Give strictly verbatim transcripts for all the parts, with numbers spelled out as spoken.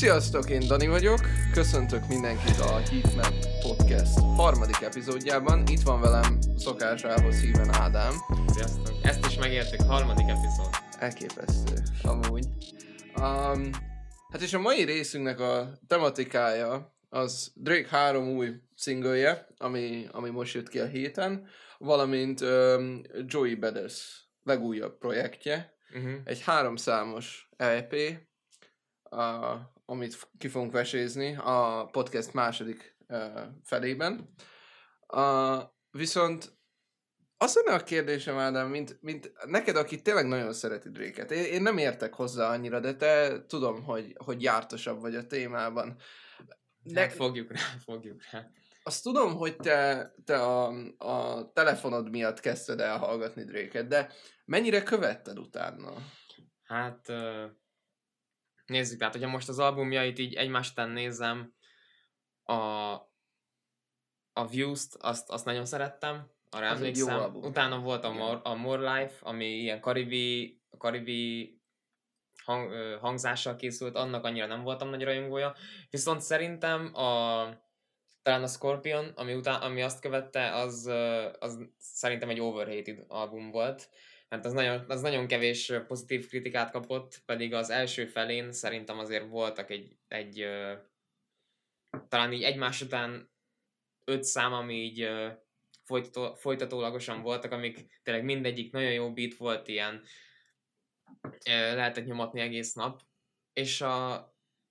Sziasztok, én Dani vagyok, köszöntök mindenkit a Hitman Podcast harmadik epizódjában. Itt van velem szokásához híven Ádám. Sziasztok, ezt is megértük, harmadik epizód. Elképesztő, amúgy. Um, hát és a mai részünknek a tematikája az Drake három új szingölje, ami, ami most jött ki a héten, valamint um, Joey Badass legújabb projektje, uh-huh. egy háromszámos é pé, a, amit ki fogunk vesézni a podcast második uh, felében. Uh, viszont az lenne a kérdésem, Ádám, mint, mint neked, aki tényleg nagyon szereti Drake-et. Én, én nem értek hozzá annyira, de te tudom, hogy, hogy jártosabb vagy a témában. De hát fogjuk rá, fogjuk rá. Azt tudom, hogy te, te a, a telefonod miatt kezdted el hallgatni Drake-et, de mennyire követted utána? Hát nézzük, tehát hogyha most az albumjait így egymás után nézem, a, a Views-t, azt, azt nagyon szerettem, arra az emlékszem. Utána volt a More, a More Life, ami ilyen karibi, karibi hang, hangzással készült, annak annyira nem voltam nagy rajongója. Viszont szerintem a, talán a Scorpion, ami, után, ami azt követte, az, az szerintem egy overrated album volt. Mert az nagyon, az nagyon kevés pozitív kritikát kapott, pedig az első felén szerintem azért voltak egy, egy talán így egymás után öt szám, ami így folytató, folytatólagosan voltak, amik tényleg mindegyik nagyon jó beat volt, ilyen lehetett nyomatni egész nap. És a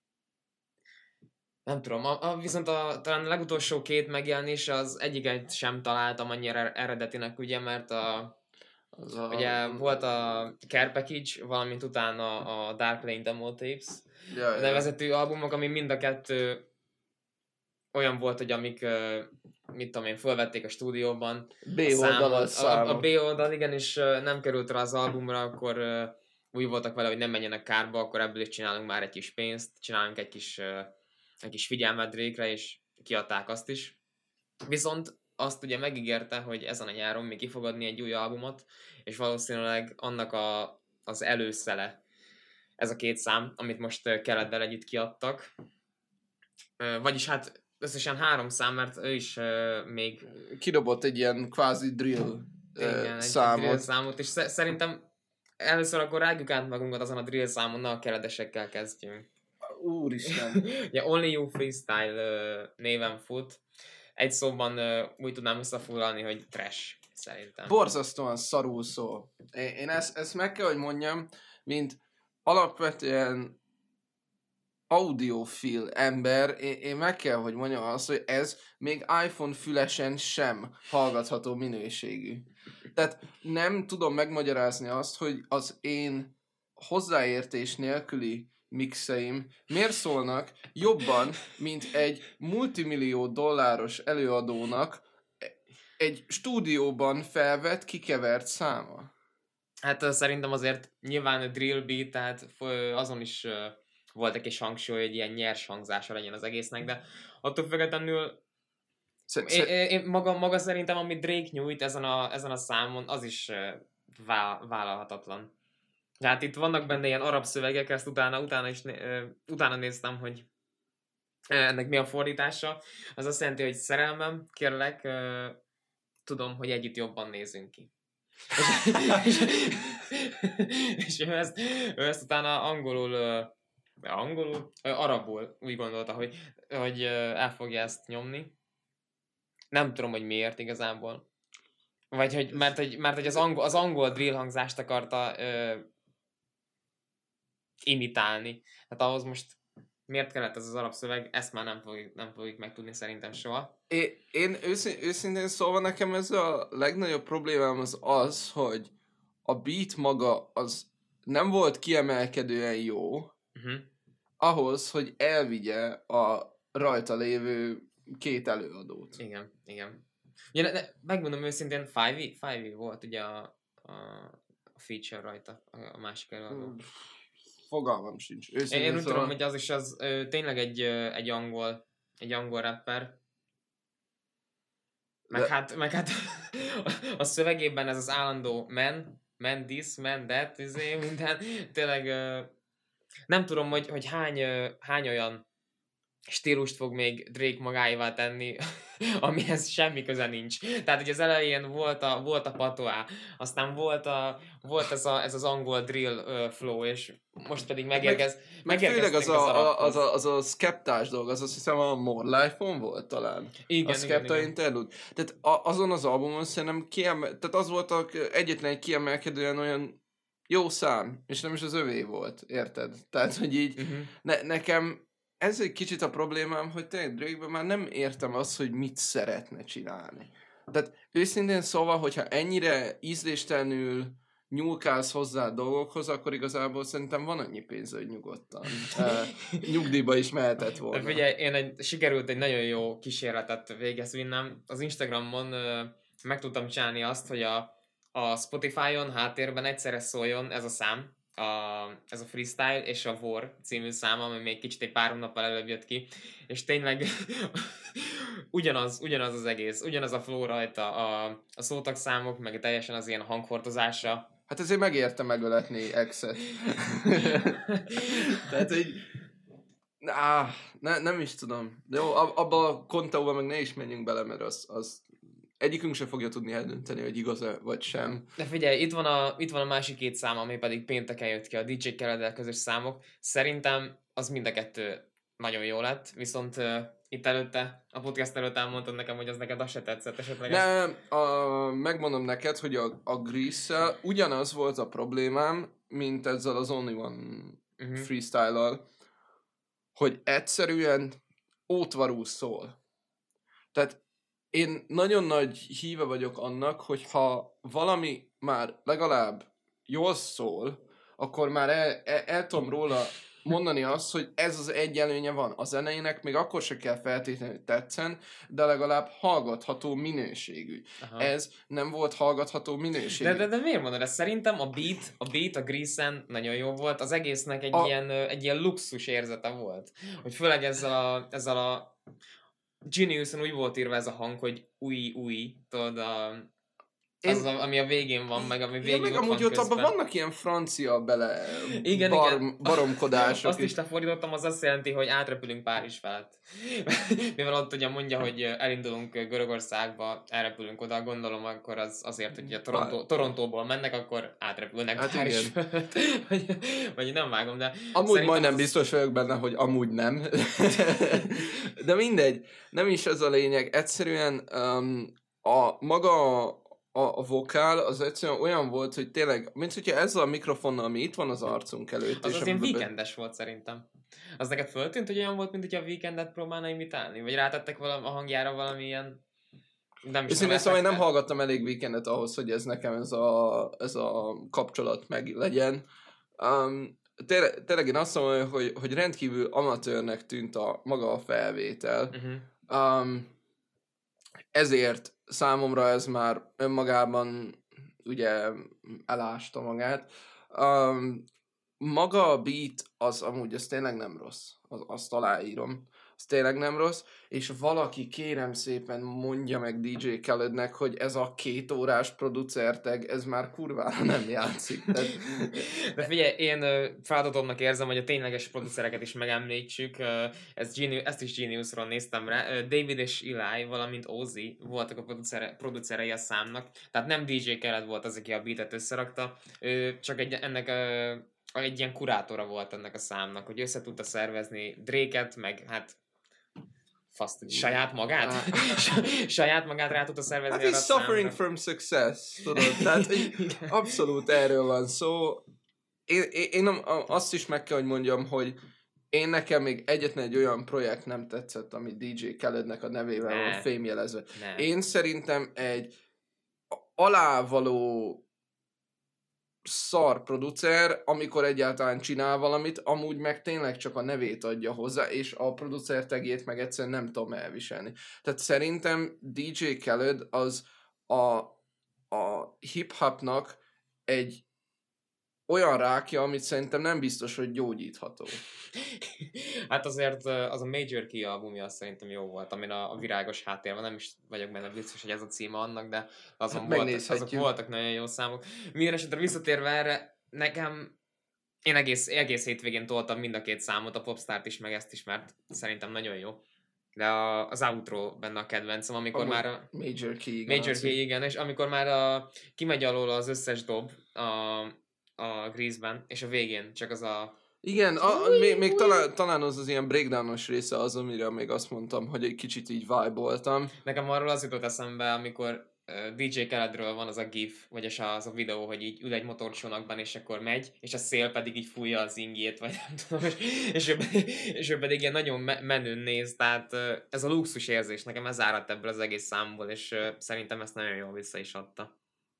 nem tudom, a, a, viszont a, talán a legutolsó két megjelenés az egyiket sem találtam annyira eredetinek, ugye, mert a Az a... ugye volt a Care Package, valamint utána a Dark Lane Demo Tapes ja, nevezetű ja. albumok, ami mind a kettő olyan volt, hogy amik, mit tudom én, fölvették a stúdióban B-oldal a, a, a B-oldal, igen, és nem került rá az albumra, akkor úgy voltak vele, hogy nem menjenek kárba, akkor ebből is csinálunk már egy kis pénzt, csinálunk egy kis, egy kis figyelmet Drake-re, és kiadták azt is. Viszont azt ugye megígérte, hogy ezen a nyáron még ki fog adni egy új albumot, és valószínűleg annak a, az előszele ez a két szám, amit most Keleddel együtt kiadtak. Vagyis hát összesen három szám, mert ő is uh, még... Kidobott egy ilyen kvázi drill igen, számot. Egy drill számot, és sz- szerintem először akkor rágjuk át magunkat azon a drill számon, na a Keredesekkel kezdjünk. Úristen! Ugye Only You Freestyle uh, néven fut. Egy szóban uh, úgy tudnám összefoglalni, hogy trash, szerintem. Borzasztóan szarul szól. Én, én ezt, ezt meg kell, hogy mondjam, mint alapvetően audiofil ember, én, én meg kell, hogy mondjam azt, hogy ez még iPhone fülesen sem hallgatható minőségű. Tehát nem tudom megmagyarázni azt, hogy az én hozzáértés nélküli mixeim miért szólnak jobban, mint egy multimillió dolláros előadónak egy stúdióban felvett, kikevert száma. Hát uh, szerintem azért nyilván a drill beat, tehát uh, azon is uh, volt egy kis hangsúly, hogy ilyen nyers hangzása legyen az egésznek, de attól függetlenül Sz- én, én, maga, maga szerintem, amit Drake nyújt ezen a, ezen a számon, az is uh, vá- vállalhatatlan. Hát itt vannak benne ilyen arab szövegek, ezt utána, utána is uh, utána néztem, hogy ennek mi a fordítása. Az azt jelenti, hogy szerelmem, kérlek, uh, tudom, hogy együtt jobban nézünk ki. és, és ő, ezt, ő ezt utána angolul, uh, angolul, uh, arabul úgy gondolta, hogy, hogy uh, el fogja ezt nyomni. Nem tudom, hogy miért igazából. Vagy hogy, mert, hogy, mert hogy az, angol, az angol drill hangzást akarta uh, imitálni. Tehát ahhoz most miért kellett ez az arab szöveg, ezt már nem fogjuk, nem fogjuk megtudni szerintem soha. É, én őszintén, őszintén szólva nekem ez a legnagyobb problémám az az, hogy a beat maga az nem volt kiemelkedően jó, uh-huh. ahhoz, hogy elvigye a rajta lévő két előadót. Igen, igen. Ja, ne, ne, megmondom őszintén, Five E volt ugye a, a, a feature rajta, a, a másik előadó. Fogalmam sincs. Őszintén én úgy szóval... tudom, hogy az is az ö, tényleg egy, ö, egy angol, egy angol rapper. Meg De... hát, meg hát a szövegében ez az állandó man, man this, man that, izé, minden, tényleg ö, nem tudom, hogy, hogy hány, hány olyan stílust fog még Drake magáévá tenni, amihez semmi köze nincs. Tehát, hogy az elején volt a, volt a patoá, aztán volt, a, volt ez, a, ez az angol drill uh, flow, és most pedig megérkez, meg, meg főleg az a, a, az, a, az a skeptás dolog, az azt hiszem a More Life-on volt talán. Igen, a Skepta igen, Interlude. Tehát a, azon az albumon szerintem kiemel, tehát az volt a, egyetlen egy kiemelkedően olyan jó szám, és nem is az övé volt, érted? Tehát, hogy így uh-huh. ne, nekem ez egy kicsit a problémám, hogy tényleg Drake-ben már nem értem azt, hogy mit szeretne csinálni. Tehát őszintén szóval, hogyha ennyire ízléstelenül nyúlkálsz hozzá a dolgokhoz, akkor igazából szerintem van annyi pénz, hogy nyugodtan uh, nyugdíjba is mehetett volna. De figyelj, én egy, sikerült egy nagyon jó kísérletet végez vinnem. Az Instagramon uh, meg tudtam csinálni azt, hogy a, a Spotify-on háttérben egyszerre szóljon ez a szám, a, ez a Freestyle és a War című szám, ami még kicsit egy pár hónappal előbb jött ki, és tényleg ugyanaz, ugyanaz az egész, ugyanaz a flow rajta, a, a szótagszámok, meg teljesen az ilyen hanghordozása. Hát ezért megérte megöletni exet. Tehát, hogy Á, ne, nem is tudom. De jó, abba a kontóba meg ne is menjünk bele, mert az, az egyikünk sem fogja tudni eldönteni, hogy igaz-e vagy sem. De figyelj, itt van a, itt van a másik két szám, ami pedig pénteken jött ki, a dé dzsé Khaled közös számok. Szerintem az mind a kettő nagyon jó lett, viszont uh, itt előtte, a podcast előtt elmondtad nekem, hogy az neked az se tetszett esetleg. Nem, a, megmondom neked, hogy a, a Grease-szel ugyanaz volt a problémám, mint ezzel az Only One uh-huh. freestyle-al, hogy egyszerűen ótvarul szól. Tehát én nagyon nagy híve vagyok annak, hogy ha valami már legalább jól szól, akkor már el, el, el tudom róla mondani azt, hogy ez az egy előnye van. A zenének még akkor se kell feltétlenül tetszen, de legalább hallgatható minőségű. Aha. Ez nem volt hallgatható minőségű. De, de, de miért mondod ezt? Szerintem a beat, a beat a Grease-en nagyon jó volt, az egésznek egy, a... ilyen, egy ilyen luxus érzete volt. Hogy főleg ezzel a, ezzel a Geniuson úgy volt írva ez a hang, hogy új, új, tudod, a... Én... Az, ami a végén van, meg ami végén ja, meg ott amúgy ott abban vannak ilyen francia bele igen, bar, igen. baromkodások. Azt is lefordítottam, az azt jelenti, hogy átrepülünk Párizs felett. Mivel ott ugye mondja, hogy elindulunk Görögországba, elrepülünk oda, gondolom akkor az azért, hogy a Toronto, Torontóból mennek, akkor átrepülnek hát Párizs felett. vagy, vagy nem vágom, de... Amúgy majdnem az... biztos vagyok benne, hogy amúgy nem. De mindegy, nem is ez a lényeg. Egyszerűen um, a maga... A, a vokál az egyszerűen olyan volt, hogy tényleg, mint hogyha ezzel a mikrofonnal, ami itt van az arcunk előtt. Az az ilyen Weekendes volt szerintem. Az neked föltűnt, hogy olyan volt, mint hogyha a Weekendet próbálna imitálni? Vagy rátettek valami, a hangjára valamilyen... Nem is én szóval nem hallgattam elég Weekendet ahhoz, hogy ez nekem ez a, ez a kapcsolat meg legyen. Um, tényleg, tényleg én azt mondom, hogy, hogy rendkívül amatőrnek tűnt a maga a felvétel. Uh-huh. Um, ezért számomra ez már önmagában ugye elásta magát. Um, maga a beat az amúgy az tényleg nem rossz. Az, azt aláírom. Az tényleg nem rossz. És valaki kérem szépen mondja meg dé dzsé Khalednek, hogy ez a két órás producerteg, ez már kurvára nem játszik. Tehát... De figyelj, én feladatomnak érzem, hogy a tényleges producereket is megemlítsük. Ez Genius, ezt is Geniusról néztem rá. David és Eli, valamint Ozzy voltak a producere, producerei a számnak. Tehát nem dé dzsé Khaled volt az, aki a beatet összerakta. Csak egy, ennek a, egy ilyen kurátora volt ennek a számnak, hogy össze tudta szervezni Drake-et, meg hát Faszt, saját magát? saját magát rá tudta szervezni. Hát he's suffering számra. From success, tudod? Tehát abszolút erről van szó. Én, én, én azt is meg kell, hogy mondjam, hogy én nekem még egyetlen egy olyan projekt nem tetszett, ami dé dzsé Khalednek a nevével ne. van fémjelezve. Ne. Én szerintem egy alávaló szar producer, amikor egyáltalán csinál valamit, amúgy meg tényleg csak a nevét adja hozzá, és a producer tagét meg egyszerűen nem tudom elviselni. Tehát szerintem dé dzsé Khaled az a, a hip-hopnak egy olyan rákja, amit szerintem nem biztos, hogy gyógyítható. Hát azért az a Major Key albumja az szerintem jó volt, amin a, a virágos háttér van, nem is vagyok benne biztos, hogy ez a címe annak, de azon hát voltak, azok voltak nagyon jó számok. Minden esetre visszatérve erre, nekem én egész, egész hétvégén toltam mind a két számot, a Popstart is, meg ezt is, mert szerintem nagyon jó. De a, az outro benne a kedvencem, amikor Amúgy már a... Major Key, igen. Major Key, igen, és amikor már a, kimegy alól az összes dob a, a Grease-ben, és a végén csak az a... Igen, a, a, még, még talán, talán az az ilyen breakdownos része az, amire még azt mondtam, hogy egy kicsit így vibe-oltam. Nekem arról az jutott eszembe, amikor uh, dé dzsé Khaledről van az a gif, vagy az a, az a videó, hogy így ül egy motorcsónakban, és akkor megy, és a szél pedig így fújja az ingjét, vagy nem tudom, és, és, ő, és ő pedig ilyen nagyon me- menőn néz, tehát uh, ez a luxus érzés, nekem ez áradt ebből az egész számból, és uh, szerintem ezt nagyon jól vissza is adta.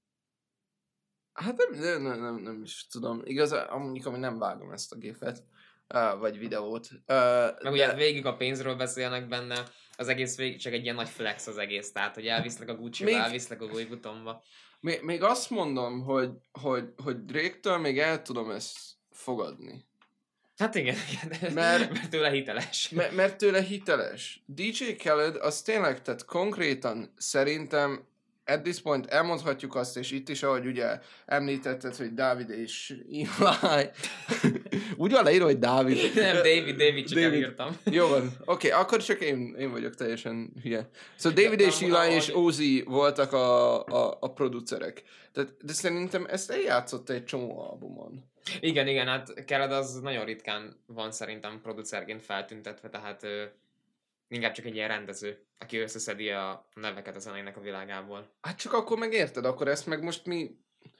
Hát nem, nem, nem, nem, nem is tudom. Igazán, amúgy, ami nem vágom ezt a gifet, uh, vagy videót. Uh, Meg de... ugye végig a pénzről beszélnek benne, az egész végig csak egy ilyen nagy flex az egész, tehát hogy elvisznek a Gucci-ba, még... elvisznek a Louis Vuittonba. Még, még azt mondom, hogy, hogy, hogy Drake-től még el tudom ezt fogadni. Hát igen, igen. Mert, mert tőle hiteles. Mert, mert tőle hiteles. dé dzsé Khaled az tényleg, tehát konkrétan szerintem at this point elmondhatjuk azt, és itt is, ahogy ugye említetted, hogy Dávid és Eli. Úgy van leírva, hogy Dávid. Nem, David, David, csak David. elírtam. Jó van, oké, okay, akkor csak én, én vagyok teljesen hülye. Szóval David és Eli és Ozzy voltak a, a, a producerek. Tehát, de szerintem ezt eljátszott egy csomó albumon. Igen, igen, hát Khaled az nagyon ritkán van szerintem producerként feltüntetve, tehát ö, inkább csak egy ilyen rendező, aki összeszedi a neveket a zenének a világából. Hát csak akkor megérted, akkor ezt meg most mi...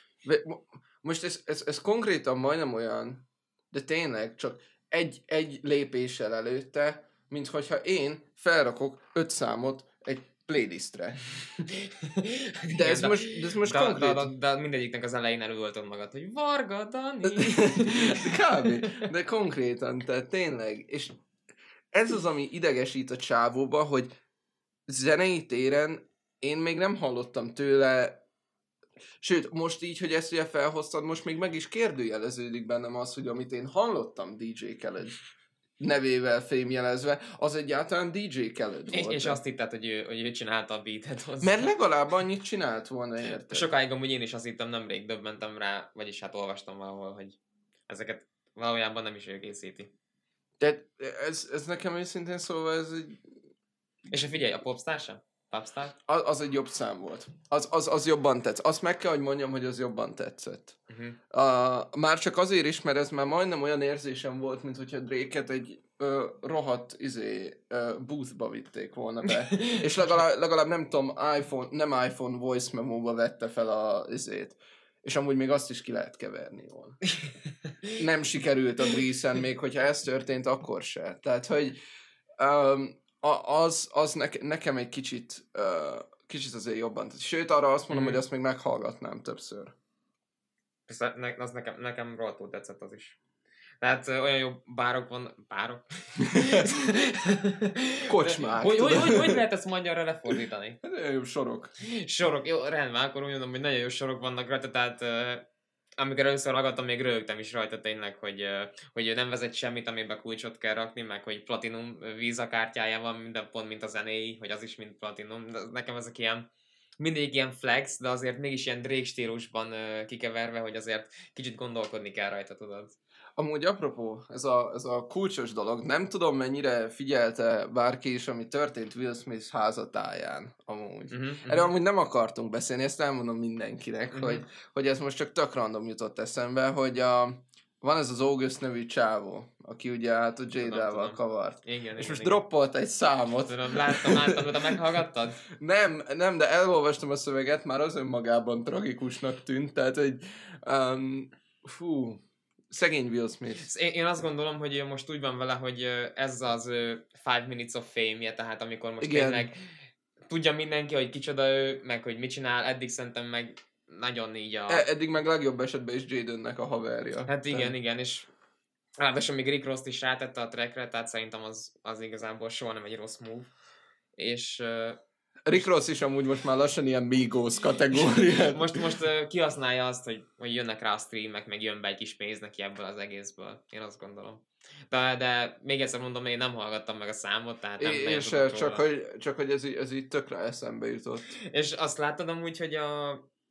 Most ez, ez, ez konkrétan majdnem olyan, de tényleg csak egy, egy lépéssel előtte, mint hogyha én felrakok öt számot egy playlistre. De ez de, most, de ez most de, konkrét. de, de, de mindegyiknek az elején előöltöd magad, hogy Varga Dani. Kb. De konkrétan, tehát tényleg. És ez az, ami idegesít a csávóba, hogy zenei téren én még nem hallottam tőle. Sőt, most így, hogy ezt ugye felhoztad, most még meg is kérdőjeleződik bennem az, hogy amit én hallottam dé dzsé Khaled nevével fémjelezve, az egyáltalán dé dzsé Khaled és, volt. és azt hitted, hogy ő, hogy ő csinálta a beatet hozzá. Mert legalább annyit csinált volna, érted? Sokáig amúgy én is azt hittem, nemrég döbbentem rá, vagyis hát olvastam valahol, hogy ezeket valójában nem is ő készíti. Tehát ez, ez nekem őszintén szólva, ez egy... És figyelj, a Popstar sem? Popstar? Az, az egy jobb szám volt. Az, az, az jobban tetsz. Azt meg kell, hogy mondjam, hogy az jobban tetszett. Uh-huh. Uh, már csak azért is, mert ez már majdnem olyan érzésem volt, mint hogyha Drake-et egy uh, rohadt izé, uh, boothba vitték volna be. És legalább, legalább nem tudom, iPhone, nem iPhone voice memo-ba vette fel a izét. És amúgy még azt is ki lehet keverni jól. Nem sikerült a Grease-en, még hogyha ez történt, akkor se. Tehát, hogy um, az, az ne, nekem egy kicsit, uh, kicsit azért jobban. Sőt, arra azt mondom, mm. hogy azt még meghallgatnám többször. Az, ne, az nekem, nekem rohadtul tetszett az is. Tehát uh, olyan jó bárok van... Bárok? Kocsmák. Hogy, hogy, hogy, hogy lehet ezt magyarra lefordítani? Nagyon jó sorok. Sorok, jó, rendben, akkor úgy mondom, hogy nagyon jó sorok vannak rajta, tehát uh, amikor először hallgattam, még röhögtem is rajta tényleg, hogy, uh, hogy ő nem vezet semmit, amiben kulcsot kell rakni, meg hogy platinum víza kártyája van, minden pont, mint a zenéi, hogy az is mint platinum. De nekem ezek ilyen, mindig ilyen flex, de azért mégis ilyen Drake stílusban uh, kikeverve, hogy azért kicsit gondolkodni kell rajta, tudod. Amúgy apropó, ez a, ez a kulcsos dolog, nem tudom mennyire figyelte bárki is, ami történt Will Smith házatáján, amúgy. Uh-huh, uh-huh. Erről amúgy nem akartunk beszélni, ezt elmondom mindenkinek, uh-huh. hogy, hogy ez most csak tök random jutott eszembe, hogy a, van ez az August nevű csávó, aki ugye hát a Jada-val kavart. Igen, és igen, most igen. droppolt egy számot. Tudom, láttam, láttam, de meghallgattad? nem, nem, de elolvastam a szöveget, már az önmagában tragikusnak tűnt, tehát hogy um, fú, szegény Will Smith. Én, én azt gondolom, hogy most úgy van vele, hogy ez az five minutes of fame-je, tehát amikor most igen. tényleg tudja mindenki, hogy kicsoda ő, meg hogy mit csinál, eddig szerintem meg nagyon így a... E- eddig meg legjobb esetben is Jadennek a haverja. Hát igen, Tehát... igen, és ráadásul még Rick Ross is rátette a trackre, tehát szerintem az, az igazából soha nem egy rossz move. És... Uh, Rick Ross is amúgy most már lassan ilyen Migos kategóriát. most most uh, kihasználja azt, hogy, hogy jönnek rá a streamek, meg jön be egy kis pénz neki ebből az egészből. Én azt gondolom. De, de még egyszer mondom, én nem hallgattam meg a számot, tehát nem Én sem, csak hogy, csak hogy ez, így, ez így tökre eszembe jutott. És azt láttad amúgy, hogy a,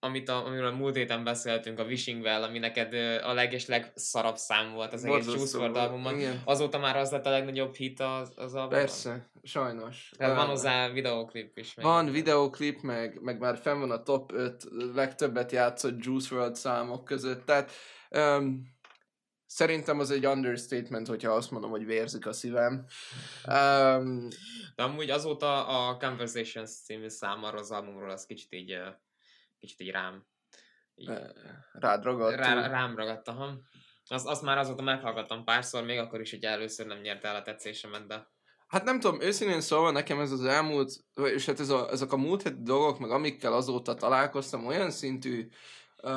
amit a, amiről a múlt héten beszéltünk, a Wishing Well, ami neked a leges legszarabb szám volt az egész Juice world albumon. Azóta már az lett a legnagyobb hit az, az albumon? Persze, sajnos. Tehát van hozzá videóklip is. Van meg videóklip, meg, meg már fenn van a top öt legtöbbet játszott Juice world számok között. Tehát um, szerintem az egy understatement, hogyha azt mondom, hogy vérzik a szívem. Um, De amúgy azóta a Conversations című szám arra az albumról az kicsit így, kicsit így rám. Így rád ragadt. Rá, rám ragadt, aha. Azt, azt már azóta meghallgattam párszor, még akkor is, hogy először nem nyerte el a tetszésemet, de... Hát nem tudom, őszintén szólva nekem ez az elmúlt, és hát ez a, ezek a múlt heti dolgok, meg amikkel azóta találkoztam, olyan szintű, uh,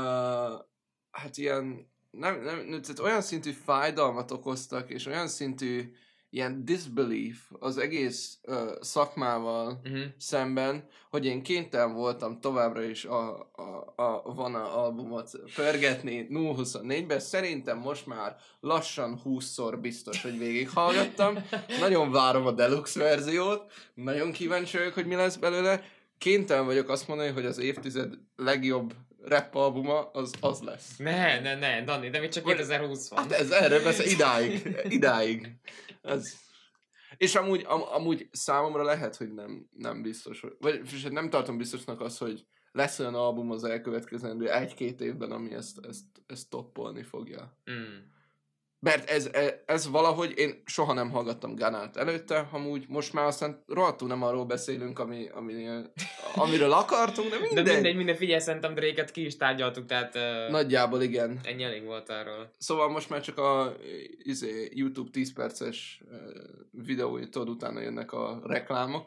hát ilyen, nem, nem, tehát olyan szintű fájdalmat okoztak, és olyan szintű ilyen disbelief az egész uh, szakmával uh-huh. szemben, hogy én kénytelen voltam továbbra is a, a, a Vana albumot pörgetni nulla huszonnégyben. Szerintem most már lassan húszszor biztos, hogy végighallgattam. Nagyon várom a deluxe verziót, nagyon kíváncsi vagyok, hogy mi lesz belőle. Kénytelen vagyok azt mondani, hogy az évtized legjobb rap albuma az az lesz. Ne, ne, ne, Dani, de még csak kétezer-húsz van. Hát ez erre beszél, idáig, idáig. Ez. És amúgy, am, amúgy számomra lehet, hogy nem, nem biztos, hogy, vagy nem tartom biztosnak azt, hogy lesz olyan album az elkövetkezendő egy-két évben, ami ezt, ezt, ezt toppolni fogja. Mm. Mert ez, ez valahogy, én soha nem hallgattam Gunát előtte, amúgy most már aztán rohadtul nem arról beszélünk, ami, ami, amiről akartunk, de mindegy. De mindegy, minden figyelj, szerintem Drake-et ki is tárgyaltuk, tehát... Uh, Nagyjából igen. Ennyi elég volt arról. Szóval most már csak a izé, YouTube tíz perces uh, videóitól utána jönnek a reklámok.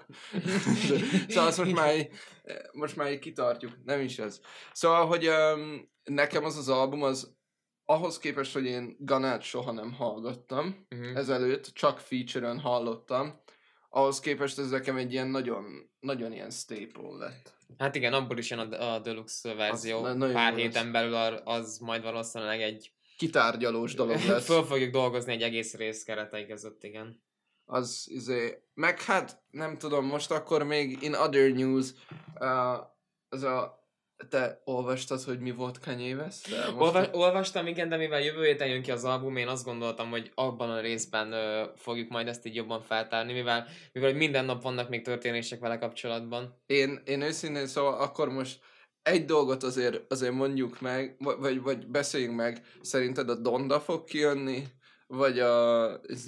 Szóval azt most már, most már így kitartjuk, nem is ez. Szóval, hogy um, nekem az az album az ahhoz képest, hogy én Gunát soha nem hallgattam, uh-huh. ezelőtt csak feature-ön hallottam, ahhoz képest ez nekem egy ilyen nagyon, nagyon ilyen staple lett. Hát igen, abból is jön a, a deluxe verzió. Az pár héten belül az majd valószínűleg egy... kitárgyalós dolog lesz. Föl fogjuk dolgozni egy egész rész keretei között, igen. Az izé... Meg hát, nem tudom, most akkor még in other news, uh, az a te olvastad, hogy mi volt Kanye West? Olva- olvastam, igen, de mivel jövő héten jön ki az album, én azt gondoltam, hogy abban a részben ö, fogjuk majd ezt így jobban feltárni, mivel, mivel minden nap vannak még történések vele kapcsolatban. Én, én őszintén, szóval akkor most egy dolgot azért, azért mondjuk meg, vagy, vagy beszéljünk meg, szerinted a Donda fog kijönni, vagy a,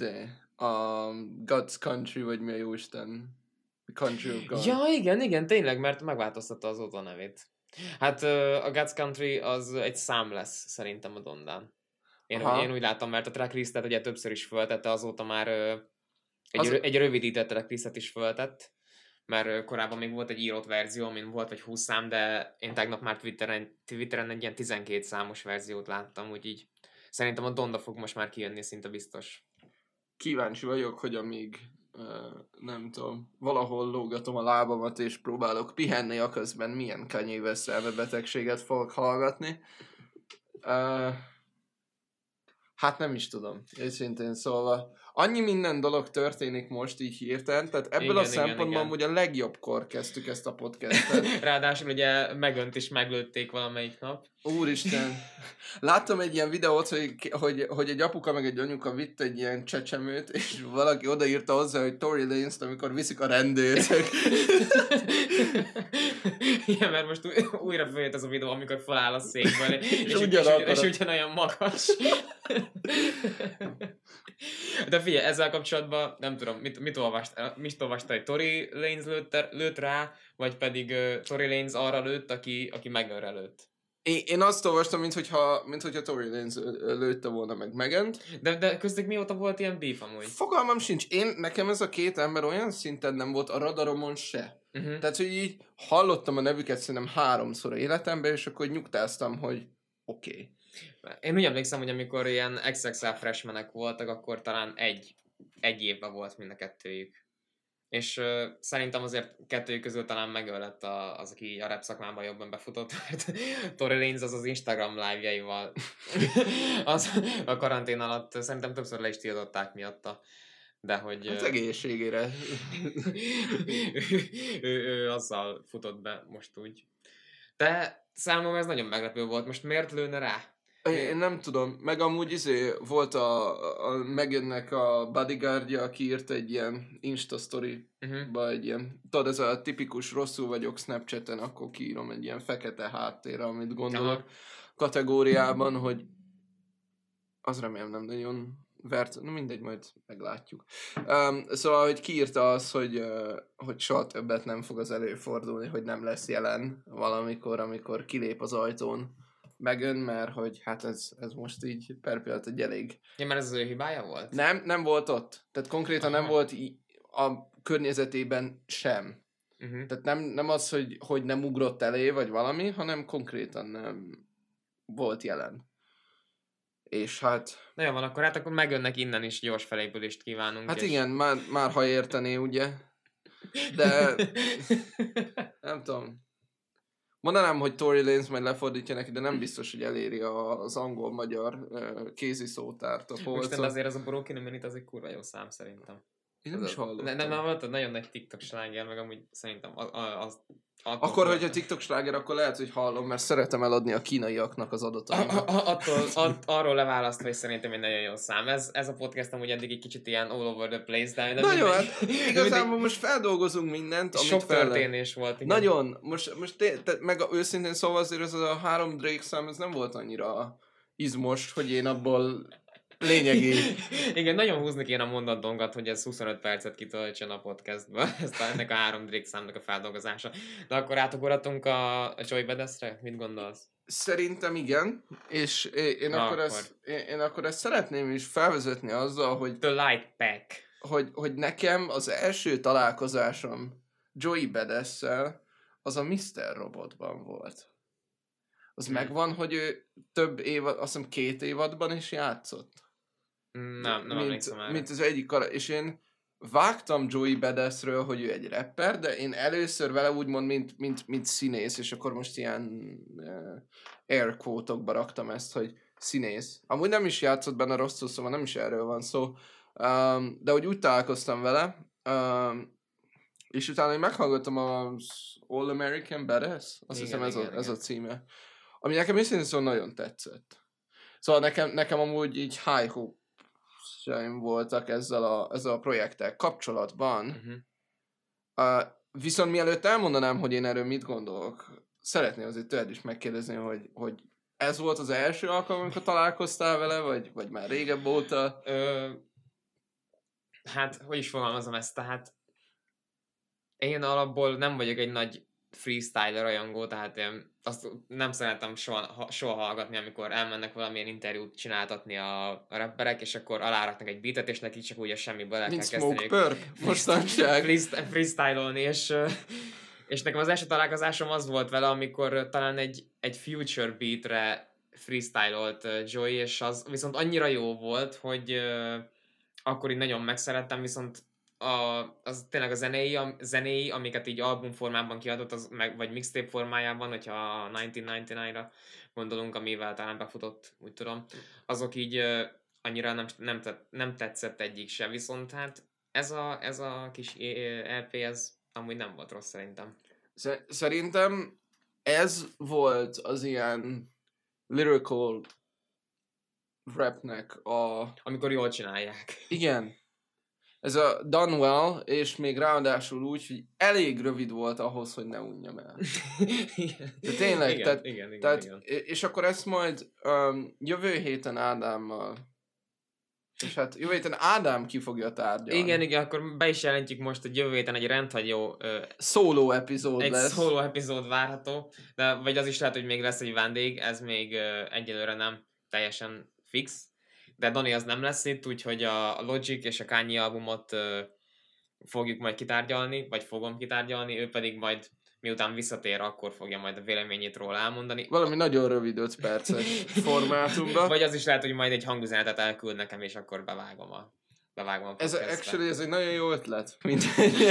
a God's Country, vagy mi a jóisten? Country of God. Ja, igen, igen, tényleg, mert megváltoztatta azóta a nevét. Hát a God's Country az egy szám lesz szerintem a Dondán. Én, én úgy látom, mert a tracklistet ugye többször is föltette, azóta már egy, az... egy rövidített tracklistet is föltett, mert korábban még volt egy írott verzió, amin volt vagy húsz szám, de én tegnap már Twitteren, Twitteren egy ilyen tizenkét számos verziót láttam, úgyhogy szerintem a Donda fog most már kijönni, szinte biztos. Kíváncsi vagyok, hogy amíg Uh, nem tudom, valahol lógatom a lábamat és próbálok pihenni, a közben milyen Kanye West elmebetegséget fogok hallgatni. Uh, hát nem is tudom, őszintén szólva. Annyi minden dolog történik most így hirtelen, tehát ebből igen, a szempontból hogy a legjobbkor kezdtük ezt a podcastet. Ráadásul ugye megönt is meglőtték valamelyik nap. Úristen! Láttam egy ilyen videót, hogy, hogy, hogy egy apuka meg egy anyuka vitt egy ilyen csecsemőt, és valaki odaírta hozzá, hogy Tory Lanez-t, amikor viszik a rendőrök. Igen, mert most újra följött ez a videó, amikor feláll a székből, és, és, és, és ugyanolyan magas. De figyelj, ezzel kapcsolatban nem tudom, mit, mit olvastál, mit olvastál, hogy Tory Lanez lőtt, lőtt rá, vagy pedig uh, Tory Lanez arra lőtt, aki, aki Meganre lőtt. Én, én azt olvastam, minthogyha, minthogyha Tory Lanez lőtte volna meg Megant. De, de köztük mióta volt ilyen beef amúgy? Fogalmam sincs. Én, nekem ez a két ember olyan szinten nem volt a radaromon se. Uh-huh. Tehát, hogy így hallottam a nevüket szerintem háromszor életemben, és akkor nyugtáztam, hogy oké. Okay. Én úgy emlékszem, hogy amikor ilyen iksz iksz el freshmanek voltak, akkor talán egy, egy évben volt mind a kettőjük. És uh, szerintem azért kettőjük közül talán megöllett a, az, aki a rap szakmában jobban befutott, mert Tory Lanez az az Instagram live-jaival az a karantén alatt szerintem többször le is tiltották miatta. De hogy... Hát egészségére. ő, ő, ő azzal futott be most úgy. De számomra ez nagyon meglepő volt. Most miért lőne rá? Én, én nem tudom, meg amúgy izé volt a, a Megannek a bodyguardja, aki írt egy ilyen Insta story-ba uh-huh. egy ilyen, tudod, ez a tipikus rosszul vagyok Snapchaten, akkor kiírom egy ilyen fekete háttérre, amit gondolok uh-huh. kategóriában, hogy az remélem nem nagyon vert, no mindegy, majd meglátjuk. Um, szóval, hogy kiírta az, hogy, uh, hogy soha többet nem fog az előfordulni, hogy nem lesz jelen valamikor, amikor kilép az ajtón Megan, mert hogy hát ez, ez most így per pillanat egy elég... Ja, mert ez az ő hibája volt? Nem, nem volt ott. Tehát konkrétan Aha. nem volt a környezetében sem. Uh-huh. Tehát nem, nem az, hogy, hogy nem ugrott elé, vagy valami, hanem konkrétan nem volt jelen. És hát... Na jó van, akkor hát akkor Megannek innen is gyors felépülést kívánunk. Hát és... igen, már, már ha értené, ugye? De... nem tudom. Mondanám, hogy Tory Lanez majd lefordítja neki, de nem biztos, hogy eléri az angol-magyar uh, kézi szótárt a polcon. Most azért az a Broken Minute az egy kurva jó szám szerintem. Én nem is hallottam. Nem, nem hallottad, nagyon nagy TikTok sláger, meg amúgy szerintem az... az akkor, hogyha TikTok sláger, akkor lehet, hogy hallom, mert szeretem eladni a kínaiaknak az adataimat. Attól, att, arról leválasztva, hogy szerintem egy nagyon jó szám. Ez, ez a podcast amúgy eddig egy kicsit ilyen all over the place, de... de nagyon, hát igazából most feldolgozunk mindent, amit sok fel... történés volt. Igen. Nagyon. Most, most té- te, meg őszintén szóval azért ez a három Drake szám, ez nem volt annyira izmos, hogy én abból lényegi. Igen, nagyon húzni kéne a mondatonkat, hogy ez huszonöt percet kitöltsön a podcastba. Ez ennek a három Drake számnak a feldolgozása. De akkor átugorhatunk a, a Joey Badass-re? Mit gondolsz? Szerintem igen. És én, én, akkor, akkor. Ezt, én, én akkor ezt szeretném is felvezetni azzal, hogy... The Light Pack. Hogy, hogy nekem az első találkozásom Joey Badass-szel az a miszter Robotban volt. Az hmm. megvan, hogy ő több évad, azt hiszem két évadban is játszott. Nem, nem mint, emlékszem erre. Mint az egyik kar... És én vágtam Joey Badassről, hogy ő egy rapper, de én először vele úgymond, mint, mint, mint színész, és akkor most ilyen uh, air quote-okba raktam ezt, hogy színész. Amúgy nem is játszott benne rosszul, szóval nem is erről van szó. Um, de hogy úgy találkoztam vele, um, és utána én meghallgattam az All American Badass, azt igen, hiszem ez, igen, a, ez a címe. Ami nekem is szóval nagyon tetszett. Szóval nekem, nekem amúgy így high hope sem voltak ezzel a, ezzel a projekttel kapcsolatban. Uh-huh. Uh, viszont mielőtt elmondanám, hogy én erről mit gondolok, szeretném azért tőled is megkérdezni, hogy, hogy ez volt az első alkalom, amikor találkoztál vele, vagy, vagy már régebb óta? Ö, hát, hogy is fogalmazom ezt, tehát én alapból nem vagyok egy nagy freestyle rajongó, tehát én azt nem szeretem soha, soha hallgatni, amikor elmennek valamilyen interjút csináltatni a, a rapperek, és akkor aláraknak egy beatet, és nekik csak úgy a semmiből el kell kezdeni. Mostanság. Freestyle-olni, és, és nekem az első találkozásom az volt vele, amikor talán egy, egy Future beatre freestyle-olt Joey, és az viszont annyira jó volt, hogy uh, akkor így nagyon megszerettem, viszont A, az tényleg a zenéi, a zenéi, amiket így albumformában kiadott, az, meg, vagy mixtape formájában, hogyha a ezerkilencszázkilencvenkilencre gondolunk, amivel talán befutott, úgy tudom, azok így uh, annyira nem, nem, tett, nem tetszett egyik se, viszont hát ez a, ez a kis é pé, ez amúgy nem volt rossz szerintem. Szerintem ez volt az ilyen lyrical rapnek a... Amikor jól csinálják. Igen. Ez a done well, és még ráadásul úgy, hogy elég rövid volt ahhoz, hogy ne unjam el. Igen. De tényleg, igen, tehát, igen, igen, tehát, igen. És akkor ezt majd um, jövő héten Ádámmal, és hát jövő héten Ádám ki fogja tárgyalni. Igen, igen, akkor be is jelentjük most, hogy jövő héten egy rendhagyó uh, szóló epizód egy lesz. Egy szóló epizód várható, de vagy az is lehet, hogy még lesz egy vendég, ez még uh, egyelőre nem teljesen fix. De Dani az nem lesz itt, úgyhogy a Logic és a Kanye albumot uh, fogjuk majd kitárgyalni, vagy fogom kitárgyalni, ő pedig majd miután visszatér, akkor fogja majd a véleményét róla elmondani. Valami nagyon rövid öt perces formátumban. Vagy az is lehet, hogy majd egy hangüzenetet elküld nekem, és akkor bevágom a, bevágom a Ez podcastra. actually, ez egy nagyon jó ötlet. Mint...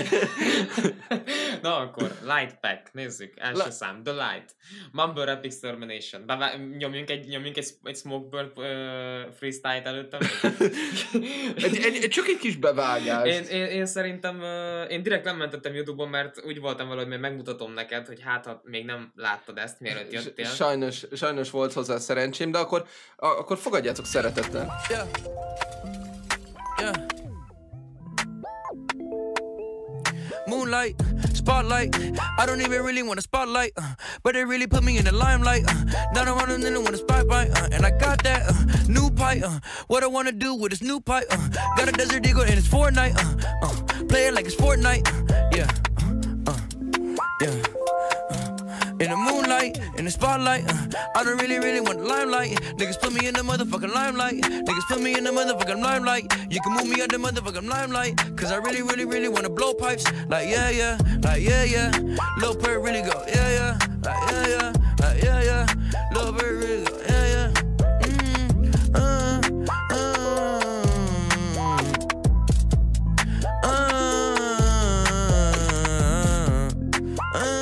Na akkor, Light Pack, nézzük, első La- szám, The Light. Mumble Rap Extermination. Bevá- nyomjunk egy, nyomjunk egy, egy Smokebird uh, freestyle-t előttem. egy, egy, egy, csak egy kis bevágás. Én, én, én szerintem, uh, én direkt nem mentettem YouTube-on, mert úgy voltam vele, hogy még megmutatom neked, hogy hát, ha még nem láttad ezt, mielőtt jöttél. Sajnos, sajnos volt hozzá szerencsém, de akkor, a, akkor fogadjátok szeretettel. Yeah. Yeah. Moonlight, spotlight. I don't even really want a spotlight, uh, but they really put me in the limelight. Uh, now I'm running in want a spotlight, uh, and I got that uh, new pipe. Uh, what I wanna do with this new pipe? Uh, got a Desert Eagle and it's Fortnite. Uh, uh, play it like it's Fortnite. Uh, yeah, uh, uh, yeah. In the moonlight, in the spotlight, uh, I don't really, really want the limelight. Niggas put me in the motherfucking limelight. Niggas put me in the motherfucking limelight. You can move me out the motherfucking limelight. Cause I really, really, really wanna blow pipes. Like, yeah, yeah, like, yeah, yeah. Lil' Perk really go, yeah, yeah. Like, yeah, yeah, like, yeah, yeah. Lil' Perk really go, yeah, yeah. Mm, uh, uh, uh, uh.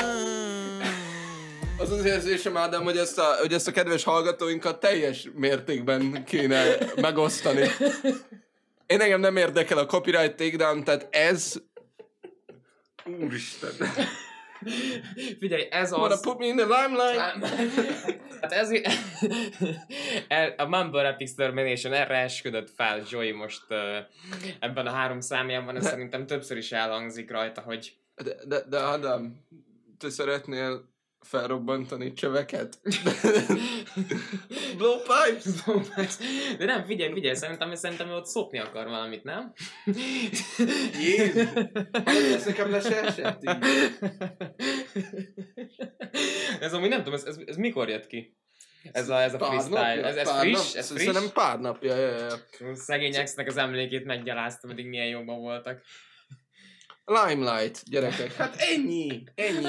Az az érzésem, Ádám, hogy ezt, a, hogy ezt a kedves hallgatóinkat teljes mértékben kéne megosztani. Én engem nem érdekel a copyright takedown, tehát ez... Úristen. Figyelj, ez Wanna az... put me in the limelight? Hát ez... a Mumble Rap Extermination erre esküdött fel Joey most uh, ebben a három számjában, ez szerintem többször is elhangzik rajta, hogy... De, de, de Ádám, te szeretnél felrobbantani csöveket? Blow pipes? De nem, figyelj, figyelj, szerintem, szerintem ő ott szopni akar valamit, nem? Jézus! Ez nekem le se esett így. Ez amúgy nem tudom, ez, ez, ez mikor jött ki? Ez a, ez a Pár freestyle, napja, ez, ez pár friss? nap- Ez friss? Szerintem pár napja, ja, ja, ja. Szegény exnek az emlékét meggyaláztam, eddig milyen jobban voltak. Limelight, gyerekek. Hát ennyi, ennyi.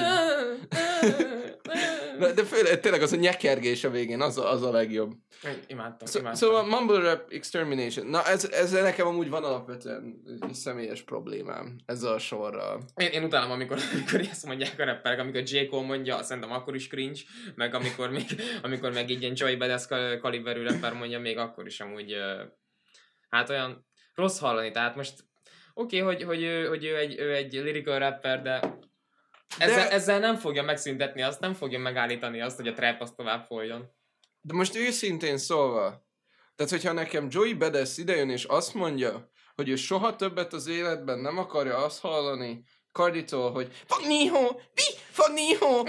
De, de főleg, tényleg az a nyekergés a végén, az a, az a legjobb. Imádtam, Szó, imádtam. szóval Mumble Rap Extermination. Na ez, ezzel nekem amúgy van alapvetően egy személyes problémám ezzel a sorral. Én, én utálom, amikor, amikor ezt mondják a rapperek, amikor J. Cole mondja, szerintem akkor is cringe, meg amikor még, amikor meg így ilyen Joey Badass kaliberű rapper mondja, még akkor is amúgy hát olyan rossz hallani, tehát most oké, okay, hogy, hogy, ő, hogy ő, egy, ő egy lyrical rapper, de ezzel, De- ezzel nem fogja megszüntetni azt, nem fogja megállítani azt, hogy a trap az tovább folyjon. De most őszintén szólva, tehát hogyha nekem Joey Badass idejön és azt mondja, hogy ő soha többet az életben nem akarja azt hallani Cardi-tól, hogy fuck Niho, mi? Fuck Niho!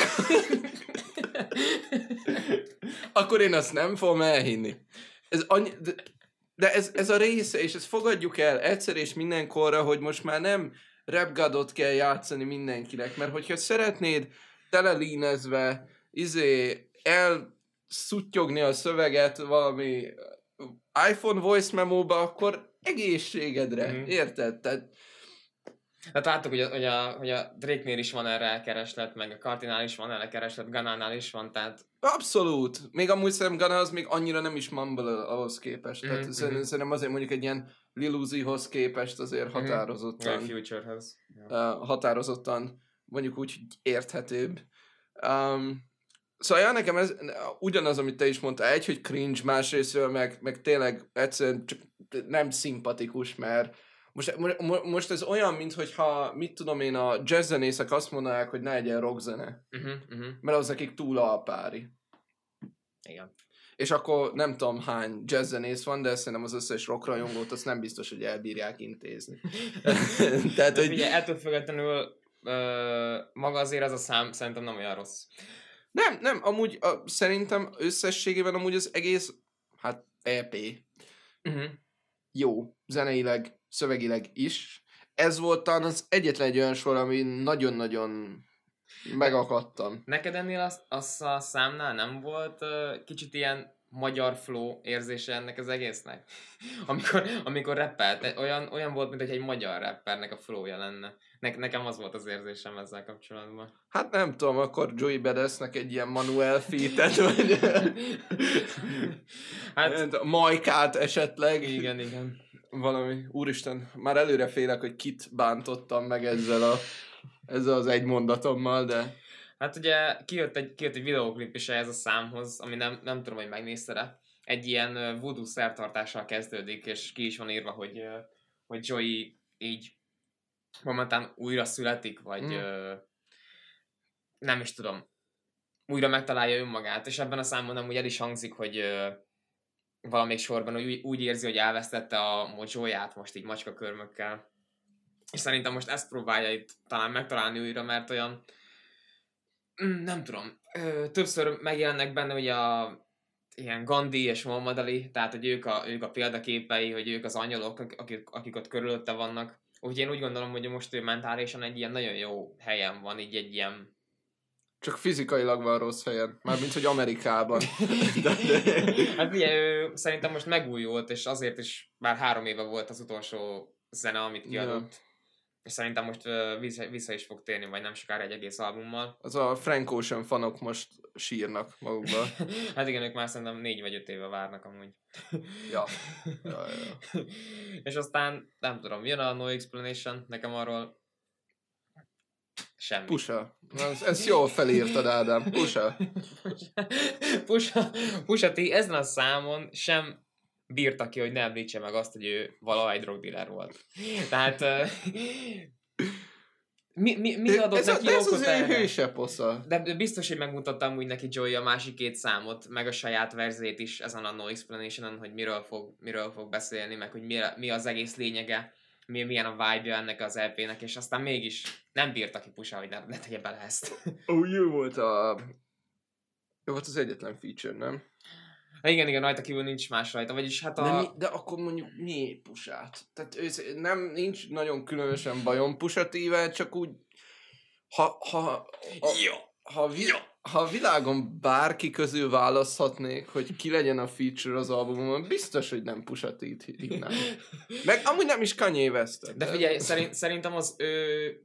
Akkor én azt nem fogom elhinni. Ez annyi, de, de ez, ez a része, és ezt fogadjuk el egyszer és mindenkorra, hogy most már nem rap godot kell játszani mindenkinek, mert hogyha szeretnéd telelínezve, izé, elszuttyogni a szöveget valami iPhone voice memóba, akkor egészségedre, Mhm. érted? Tehát Hát láttuk, hogy a, hogy, a, hogy a Drake-nél is van erre kereslet, meg a Cartinál is van erre kereslet, Gunna-nál is van, tehát... abszolút. Még amúgy szerintem Gunna az még annyira nem is mumble ahhoz képest. Tehát Mhm, szerintem, mhm. szerintem azért mondjuk egy ilyen Lil Uzihoz képest azért Mhm. határozottan, Vagy Futurehez. Ja. uh, határozottan mondjuk úgy hogy érthetőbb. Um, szóval ja, nekem ez ugyanaz, amit te is mondtál, egy, hogy cringe, másrésztről meg, meg tényleg egyszerűen csak nem szimpatikus, mert most, mo- most ez olyan, mintha, mit tudom én, a jazzzenészek azt mondanák, hogy ne legyen rockzene, Uh-huh, uh-huh. mert az nekik túl alpári. Igen. És akkor nem tudom hány jazzzenész van, de szerintem az összes rockrajongót azt nem biztos, hogy elbírják intézni. Tehát, De hogy... figyelj, ettől függetlenül ö, maga azért ez a szám szerintem nem olyan rossz. Nem, nem, amúgy a, szerintem összességében amúgy az egész, hát é pé Uh-huh. jó, zeneileg, szövegileg is. Ez volt talán az egyetlen egy olyan sor, ami nagyon-nagyon megakadtam. Neked ennél az, az a számnál nem volt uh, kicsit ilyen magyar flow érzése ennek az egésznek? amikor, amikor rappelt, olyan, olyan volt, mint hogy egy magyar rappernek a flowja lenne. Ne, nekem az volt az érzésem ezzel kapcsolatban. Hát nem tudom, akkor Joey Badassnek egy ilyen Manuel feat-et, vagy hát Majkát esetleg. igen, igen. valami, úristen, már előre félek, hogy kit bántottam meg ezzel, a, ezzel az egy mondatommal, de... Hát ugye kijött egy, kijött egy videóklip is ehhez a számhoz, ami nem, nem tudom, hogy megnézted-e. Egy ilyen voodoo szertartással kezdődik, és ki is van írva, hogy, hogy Joey így momentán újra születik, vagy mm. ö, nem is tudom, újra megtalálja önmagát, és ebben a számban amúgy el is hangzik, hogy ö, valamelyik sorban úgy, úgy érzi, hogy elvesztette a mojóját most így macskakörmökkel. És szerintem most ezt próbálja itt talán megtalálni újra, mert olyan nem tudom, ö, többször megjelennek benne ugye a ilyen Gandhi és Muhammad Ali, tehát hogy ők a, ők a példaképei, hogy ők az angyalok, akik, akik ott körülötte vannak. Úgyhogy én úgy gondolom, hogy most ő mentálisan egy ilyen nagyon jó helyen van, így egy ilyen... Csak fizikailag van rossz helyen, mármint hogy Amerikában. de, de... Hát ugye, ő szerintem most megújult, és azért is már három éve volt az utolsó zene, amit kiadott. Ja. És szerintem most uh, vissza, vissza is fog térni, vagy nem sokára egy egész albummal. Az a Frank Ocean fanok most sírnak magukba. Hát igen, ők már szerintem négy vagy öt éve várnak amúgy. ja. ja, ja. És aztán, nem tudom, jön a No Explanation, nekem arról semmi. Pusa. Ez, ezt jól felírtad, Ádám. Pusa. Pusa. Pusa T ezen a számon sem bírta ki, hogy ne említse meg azt, hogy ő valaha egy drogdealer volt. Tehát uh, mi, mi, mi adott ez neki a, ez okot erre? Hőse posza. De biztos, hogy megmutattam úgy neki Joey a másik két számot, meg a saját verzét is ezen a No Explanation-on, hogy miről fog, miről fog beszélni, meg hogy mi, mi az egész lényege, mi, milyen a vibe-ja ennek az é pé-nek, és aztán mégis nem bírta ki Pusa, hogy ne, ne tegye bele ezt. Ó, jó volt a... Jó volt az egyetlen feature, nem? Ha igen, igen, rajta kívül nincs más rajta, vagyis hát a... De, mi, de akkor mondjuk mi Pusát? Tehát ősz, nem, nincs nagyon különösen bajom Pusha T-vel, csak úgy... Ha, ha, a, Jó. ha, vi, ha a világon bárki közül választhatnék, hogy ki legyen a feature az albumon, biztos, hogy nem Pusha T-t hívnám. Meg amúgy nem is Kanye West-et. De figyelj, szerint, szerintem az ő...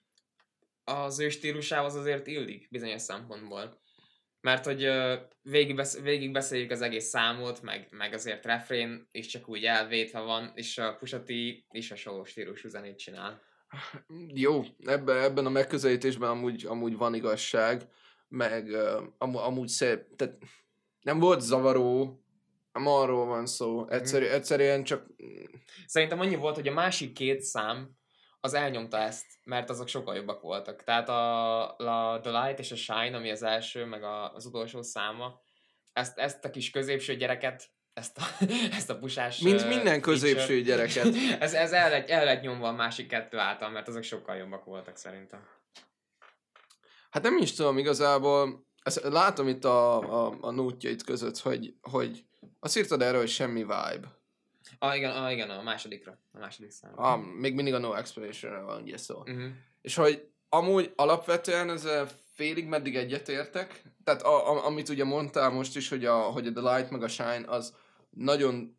az ő stílusához azért illik bizonyos szempontból. Mert hogy uh, végig, besz- végig beszéljük az egész számot, meg, meg azért refrén is csak úgy elvétve van, és a Pusha T is a solo stílusú zenét csinál. Jó, ebben, ebben a megközelítésben amúgy, amúgy van igazság, meg uh, am, amúgy szép, tehát nem volt zavaró, nem arról van szó, Egyszerű, mm. egyszerűen csak... Szerintem annyi volt, hogy a másik két szám az elnyomta ezt, mert azok sokkal jobbak voltak. Tehát a, a The Light és a Shine, ami az első, meg a, az utolsó száma, ezt, ezt a kis középső gyereket, ezt a, ezt a pusás... Mint minden középső feature, gyereket. ez ez el, lett, el lett nyomva a másik kettő által, mert azok sokkal jobbak voltak szerintem. Hát nem is tudom igazából, ezt látom itt a, a, a nótjait között, hogy, hogy azt írtad erről, hogy semmi vibe. Ah, igen, ah, igen, a másodikra, a második szám. Ah, még mindig a No Explanation-re van ugye szó. Uh-huh. És hogy amúgy alapvetően ezzel félig meddig egyetértek, tehát a, a, amit ugye mondtál most is, hogy a, hogy a The Light meg a Shine az nagyon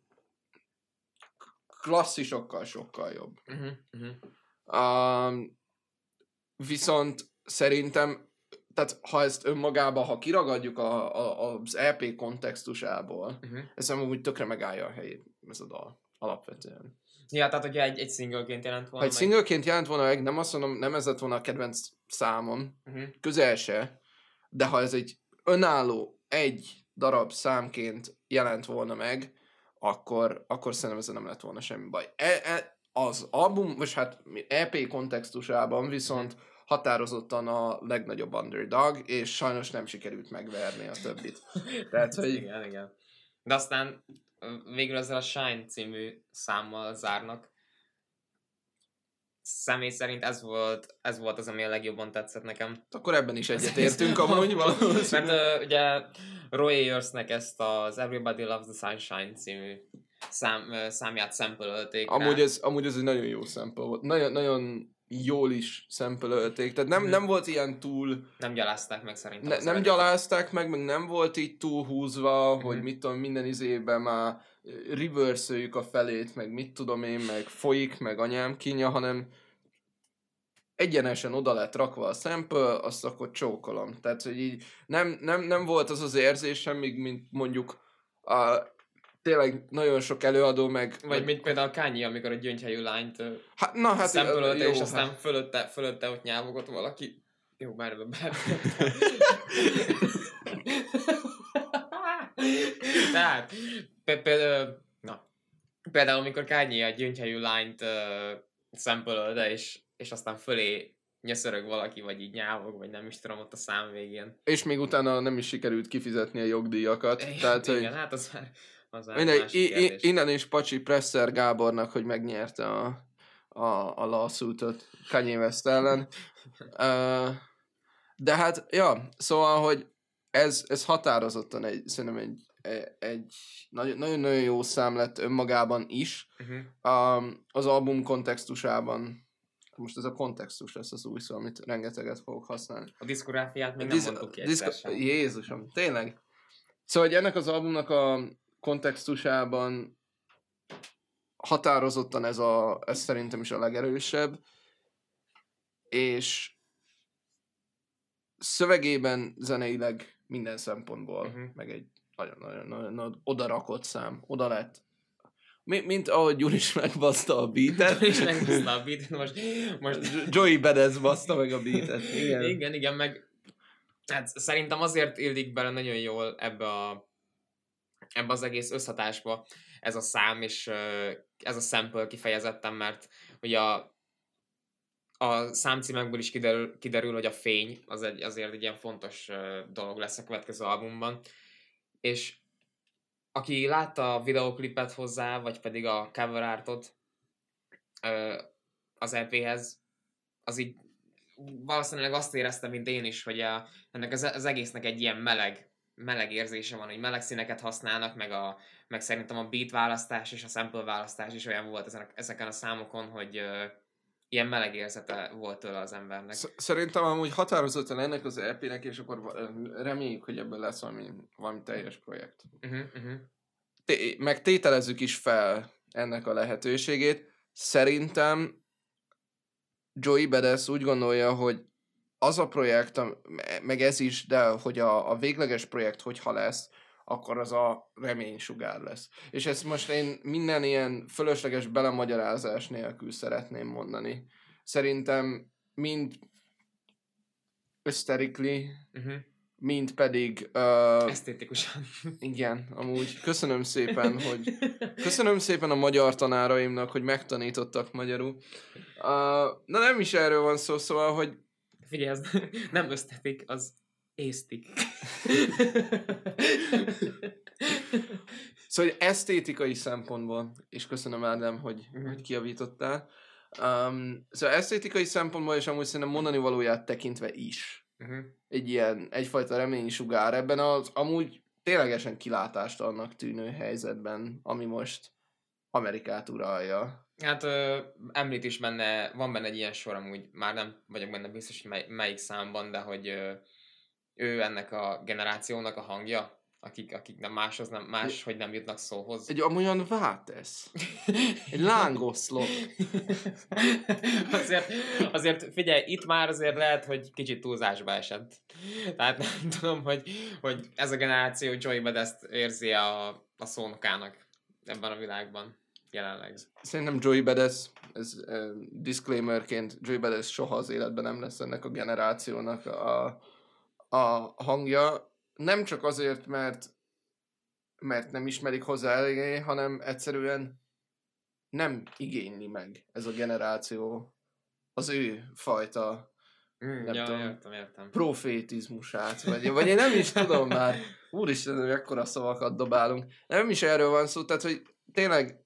klasszisokkal sokkal jobb. Uh-huh. Uh-huh. Um, viszont szerintem, tehát ha ezt önmagában, ha kiragadjuk a, a, az é pé kontextusából, uh-huh. ez amúgy tökre megállja a helyét ez a dal, alapvetően. Ja, tehát hogyha egy, egy singleként jelent volna Ha egy meg... singleként jelent volna meg, nem azt mondom, nem ez lett volna a kedvenc számom, uh-huh. közel se, de ha ez egy önálló, egy darab számként jelent volna meg, akkor, akkor szerintem ezzel nem lett volna semmi baj. E, e, az album, vagy hát é pé kontextusában viszont uh-huh. határozottan a legnagyobb underdog, és sajnos nem sikerült megverni a többit. Tehát, hogy... Igen, igen. De aztán végül ezzel a Shine című számmal zárnak. Személy szerint ez volt, ez volt az, ami a legjobban tetszett nekem. Akkor ebben is egyetértünk amúgy valószínűleg. Mert uh, ugye Roy Ayers-nek ezt az Everybody Loves the Sunshine című szám, uh, számját szempelölték. Amúgy ez, amúgy ez egy nagyon jó sample volt. Nagyon, nagyon jól is szempelölték. Tehát nem, hmm. nem volt ilyen túl... Nem gyalázták meg szerintem. Ne, nem gyalázták meg, meg nem volt így túl húzva, hmm. hogy mit tudom, minden izében már reverse-öljük a felét, meg mit tudom én, meg folyik, meg anyám kínja, hanem egyenesen oda lett rakva a sample, azt akkor csókolom. Tehát, hogy így nem, nem, nem volt az az érzésem, míg mint mondjuk a tényleg nagyon sok előadó meg... Vagy mint például Kanye, amikor a gyöngyhelyű lányt hát, na, hát, szempölölte, jó, és aztán hát. fölötte, fölötte ott nyávogott valaki. Jó, már előbb Tehát, például, na, például amikor Kanye a gyöngyhelyű lányt uh, szempölölte, és, és aztán fölé nyöszörög valaki, vagy így nyávog, vagy nem is tudom, ott a szám végén. És még utána nem is sikerült kifizetni a jogdíjakat. Igen, tehát, igen, hogy... hát az már, az már Mindegy, másik i- kérdés. innen is Pacsi Presser Gábornak, hogy megnyerte a, a, a lawsuitot Kanye West ellen. Uh, de hát, ja, szóval, hogy ez, ez határozottan egy, szerintem egy, egy nagyon-nagyon jó szám lett önmagában is. Uh-huh. Um, az album kontextusában, most ez a kontextus lesz az új szó, amit rengeteget fogok használni. A diszkográfiát még Disz- nem mondtuk ki diszko- egyszer sem. Jézusom, tényleg. Szóval, hogy ennek az albumnak a kontextusában határozottan ez, a, ez szerintem is a legerősebb, és szövegében, zeneileg minden szempontból, Uh-huh. meg egy nagyon-nagyon odarakott szám, oda lett. Mi, mint ahogy Gyuri is megbaszta a beatet. És megbaszta a beatet, most... most... Joey Badass baszta meg a beatet. Igen, igen, igen, meg hát szerintem azért illik bele nagyon jól ebbe a ebbe az egész összhatásba ez a szám, és uh, ez a sample kifejezetten, mert ugye a, a számcímekből is kiderül, kiderül, hogy a fény az egy, azért egy ilyen fontos uh, dolog lesz a következő albumban, és aki látta a videoklipet hozzá, vagy pedig a cover artot uh, az é péhez, az így valószínűleg azt érezte, mint én is, hogy a, ennek az, az egésznek egy ilyen meleg, meleg érzése van, hogy meleg színeket használnak, meg, a, meg szerintem a beat választás és a sample választás is olyan volt ezen, ezeken a számokon, hogy uh, ilyen meleg érzete volt tőle az embernek. Szerintem amúgy határozottan ennek az é pének, és akkor reméljük, hogy ebből lesz valami, valami teljes projekt. Uh-huh, uh-huh. Té- meg tételezzük is fel ennek a lehetőségét. Szerintem Joey Badass úgy gondolja, hogy az a projekt, meg ez is, de hogy a, a végleges projekt, hogyha lesz, akkor az a reménysugár lesz. És ezt most én minden ilyen fölösleges belemagyarázás nélkül szeretném mondani. Szerintem mind aesthetically, Uh-huh. mind pedig... Uh, Esztétikusan. igen, amúgy köszönöm szépen, hogy köszönöm szépen a magyar tanáraimnak, hogy megtanítottak magyarul. Uh, na nem is erről van szó, szóval, hogy Figyelj, ez nem ösztetik, az észtik. Szóval esztétikai szempontból, és köszönöm Ádám, hogy, Mhm. hogy kiavítottál. Um, szóval esztétikai szempontból, és amúgy szerintem mondani valóját tekintve is. Uh-huh. Egy ilyen, egyfajta reménysugár ebben az amúgy ténylegesen kilátást annak tűnő helyzetben, ami most Amerikát uralja. Hát ö, említ is benne, van benne egy ilyen sor, amúgy már nem vagyok benne biztos, hogy mely, melyik számban, de hogy ö, ő ennek a generációnak a hangja, akik, akik nem máshoz, nem, más, hogy nem jutnak szóhoz. Egy amolyan vátesz. Egy lángoszlop. azért, azért figyelj, itt már azért lehet, hogy kicsit túlzásba esett. Tehát nem tudom, hogy, hogy ez a generáció Joey Badass-t érzi a, a szónokának ebben a világban jelenleg. Szerintem Joey Badass, ez uh, disclaimerként, Joey Badass soha az életben nem lesz ennek a generációnak a, a hangja. Nem csak azért, mert, mert nem ismerik hozzá eléggé, hanem egyszerűen nem igényli meg ez a generáció az ő fajta Mm, nem ja, tudom, értem, értem. profétizmusát, vagy, vagy én nem is tudom már. Úristen, hogy ekkora szavakat dobálunk. Nem is erről van szó, tehát, hogy tényleg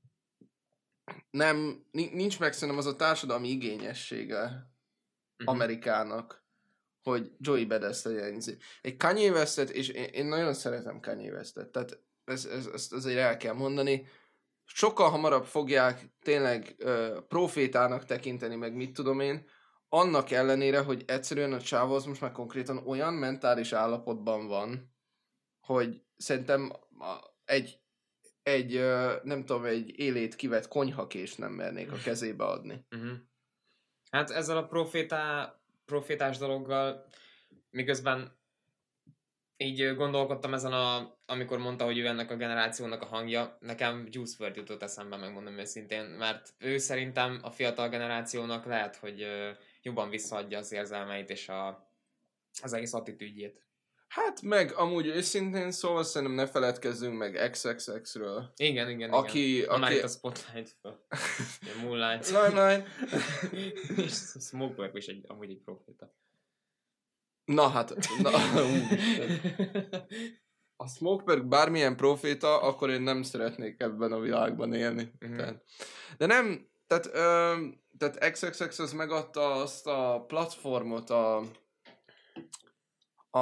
nem, nincs meg szerintem az a társadalmi igényessége Uh-huh. Amerikának, hogy Joey Badass legyen. Egy Kanye Westet, és én, én nagyon szeretem Kanye Westet, tehát ezt, ezt, ezt azért el kell mondani, sokkal hamarabb fogják tényleg uh, profétának tekinteni, meg mit tudom én, annak ellenére, hogy egyszerűen a csávó az most már konkrétan olyan mentális állapotban van, hogy szerintem egy, egy uh, nem tudom, egy élét kivett konyhakést nem mernék a kezébe adni. Uh-huh. Hát ezzel a profétá, profétás dologgal, miközben így gondolkodtam ezen, a, amikor mondta, hogy ő ennek a generációnak a hangja, nekem Juice world jutott eszembe, megmondom őszintén, mert ő szerintem a fiatal generációnak lehet, hogy jobban visszaadja az érzelmeit és a, az egész attitűdjét. Hát meg amúgy őszintén szóval szerintem ne feledkezzünk meg iksz iksz iksz-ről. Igen, igen, aki, igen. Aki... Már itt a Spotlight, a Moonlight. Limelight. És Smokeberg is egy, amúgy egy proféta. Na hát, na, a Smokeberg bármilyen proféta, akkor én nem szeretnék ebben a világban élni. Uh-huh. Tehát, de nem, tehát, ö, tehát iksz iksz iksz az megadta azt a platformot a, a,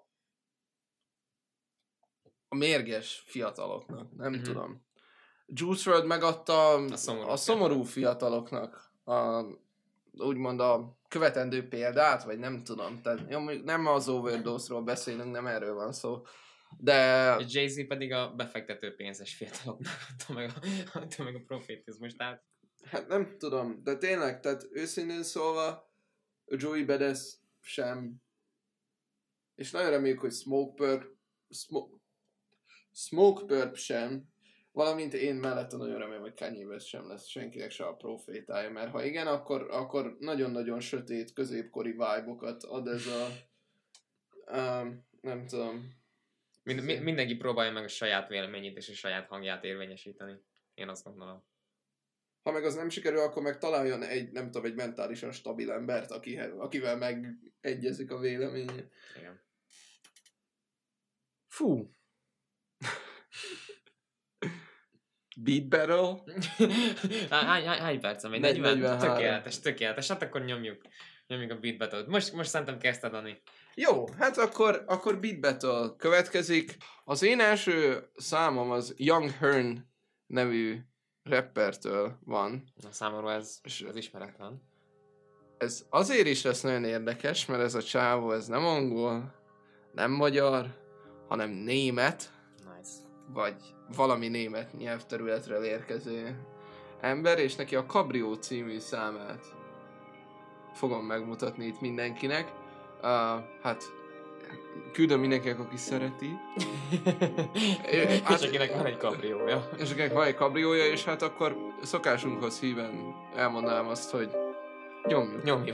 a mérges fiataloknak, nem uh-huh. tudom. Juice world megadta a szomorú, a szomorú fiataloknak a, úgymond a követendő példát, vagy nem tudom. Tehát jó, nem az overdose-ról beszélünk, nem erről van szó. De... Jay-Z pedig a befektető pénzes fiataloknak adta meg a, adta meg a profétizmus, tehát... Hát nem tudom, de tényleg, tehát őszintén szólva Joey Badass sem. És nagyon reméljük, hogy Smokeberg Smoke, Smokeberg sem. Valamint én mellett nagyon remélem, hogy Kanye West sem lesz senkinek se a profétája, mert ha igen, akkor, akkor nagyon-nagyon sötét, középkori vibe-okat ad ez a... Um, nem tudom... Mind, mi, mindenki próbálja meg a saját véleményét és a saját hangját érvényesíteni. Én azt gondolom. Ha meg az nem sikerül, akkor meg találjon egy, nem tudom, egy mentálisan stabil embert, akihez, akivel megegyezik a véleménye. Igen. Fú. Beat battle? hány, hány, hány percem? Egy negyven? Tökéletes, tökéletes. Hát akkor nyomjuk, nyomjuk a beat battle-t. Most, most szerintem kezdted, Dani. Jó, hát akkor, akkor beat battle következik. Az én első számom az Young Hearn nevű rappertől van. A számomra ez, ez ismeretlen. Ez azért is lesz nagyon érdekes, mert ez a csávó, ez nem angol, nem magyar, hanem német. Nice. Vagy valami német nyelvterületről érkező ember, és neki a Cabrio című számát fogom megmutatni itt mindenkinek. Uh, hát küldöm mindenkinek, aki szereti. hát, és akinek van egy kabriója. És akinek van egy kabriója, és hát akkor szokásunkhoz híven elmondanám azt, hogy nyomjuk. Nyomjuk.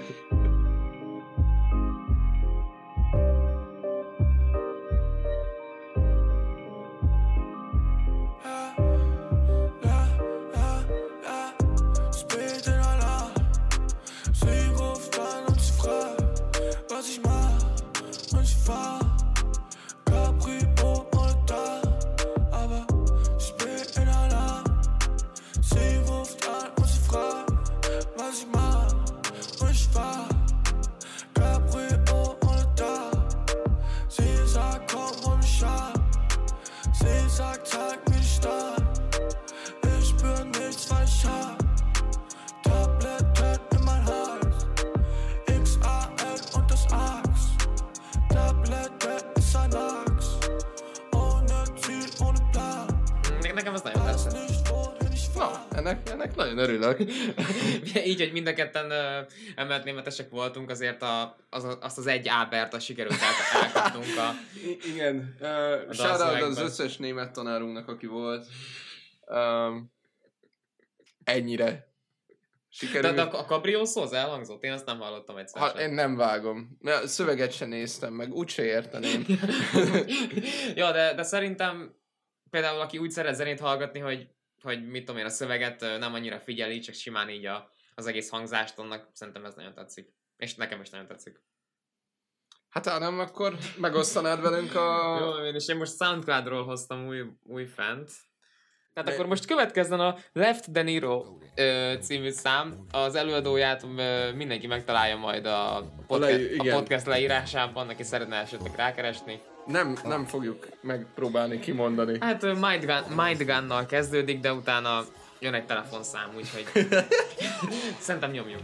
Nekem az nagyon tetszett. Na, ennek, ennek nagyon örülök. Így, hogy mind a ketten uh, emeltnémetesek voltunk, azért a, az, azt az egy ábert, azt sikerült el, elkaptunk a... I- igen. Uh, Shout-out az összes német tanárunknak, aki volt. Um, ennyire. Sikerült. De, de a kabrió szó az elhangzott? Én azt nem hallottam egyszer ha, Én nem vágom. A szöveget sem néztem meg, úgyse érteném. ja, de, de szerintem például aki úgy szeret zenét hallgatni, hogy, hogy mit tudom én, a szöveget nem annyira figyeli, csak simán így a, az egész hangzást, annak szerintem ez nagyon tetszik. És nekem is nagyon tetszik. Hát ha nem, akkor megosztanád velünk a... Jó, én, és én most SoundCloudról hoztam új, új fent. Tehát de... akkor most következzen a Left De Niro ö, című szám. Az előadóját ö, mindenki megtalálja majd a, podca- a, a podcast leírásában, aki szeretne esetleg rákeresni. Nem, nem fogjuk megpróbálni kimondani. Hát Mind Gun, Mind Gunnal kezdődik, de utána jön egy telefonszám, úgyhogy szerintem nyomjuk.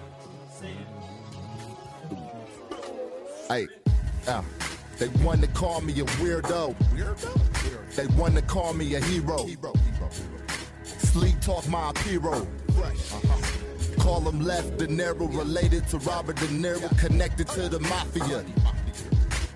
Hey, uh, they want to call me a weirdo. They want to call me a hero. Sleep talk my hero. Call him Left De Niro, related to Robert De Niro, connected to the mafia.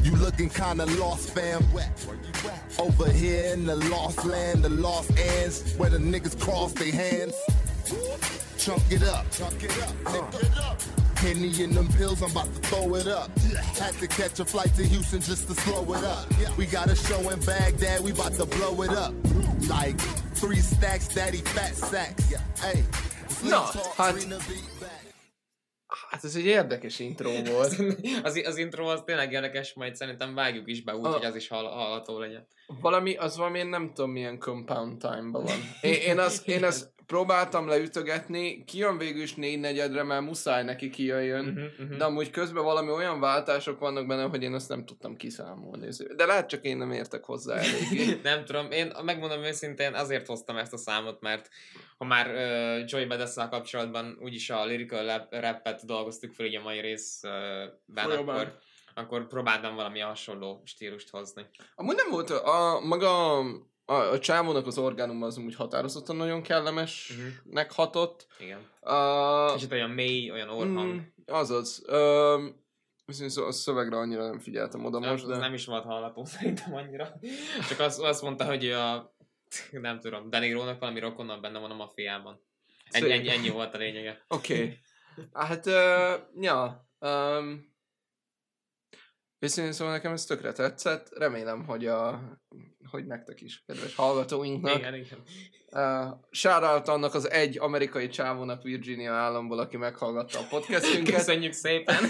You looking kinda lost, fam. Over here in the lost land, the lost ends, where the niggas cross their hands. Chunk it up, chunk it up, nigga. Henny in them pills, I'm about to throw it up. Had to catch a flight to Houston just to slow it up. We got a show in Baghdad, we about to blow it up. Like three stacks, daddy fat sacks. Hey, Na, hát... Hát ez egy érdekes intro volt. az, az intro az tényleg érdekes, majd szerintem vágjuk is be úgy, a... hogy az is hall, hallható legyen. Valami, az valami, én nem tudom milyen compound time-ban van. Én, én, azt, én azt próbáltam leütögetni, kijön végül is négynegyedre, mert muszáj neki kijöjjön, uh-huh, uh-huh. de amúgy közben valami olyan váltások vannak benne, hogy én azt nem tudtam kiszámolni. De lehet csak én nem értek hozzá eléggé. Nem tudom, én megmondom őszintén, azért hoztam ezt a számot, mert ha már uh, Joey Badass-szal kapcsolatban úgyis a lyrical rappet dolgoztuk fel így a mai részben, uh, akkor, akkor próbáltam valami hasonló stílust hozni. Amúgy nem volt, a, maga a, a csávónak az orgánum az úgy határozottan nagyon kellemesnek uh-huh. hatott. Igen. Uh, Kicsit olyan mély, olyan orhang. Mm, azaz. Uh, a szövegre annyira nem figyeltem oda nem, most, de... Nem is volt hallható szerintem annyira. Csak azt, azt mondta, hogy a... Nem tudom, De Nironak valami rokonnal benne van a mafiában. Ennyi, ennyi, ennyi volt a lényege. Oké. Okay. Hát, uh, ja. Um, Viszont szóval nekem ez tökre tetszett. Remélem, hogy, a, hogy nektek is, kedves hallgatóinknak. Igen, igen. Uh, shout-out annak az egy amerikai csávónak Virginia államból, aki meghallgatta a podcastünket. Köszönjük szépen!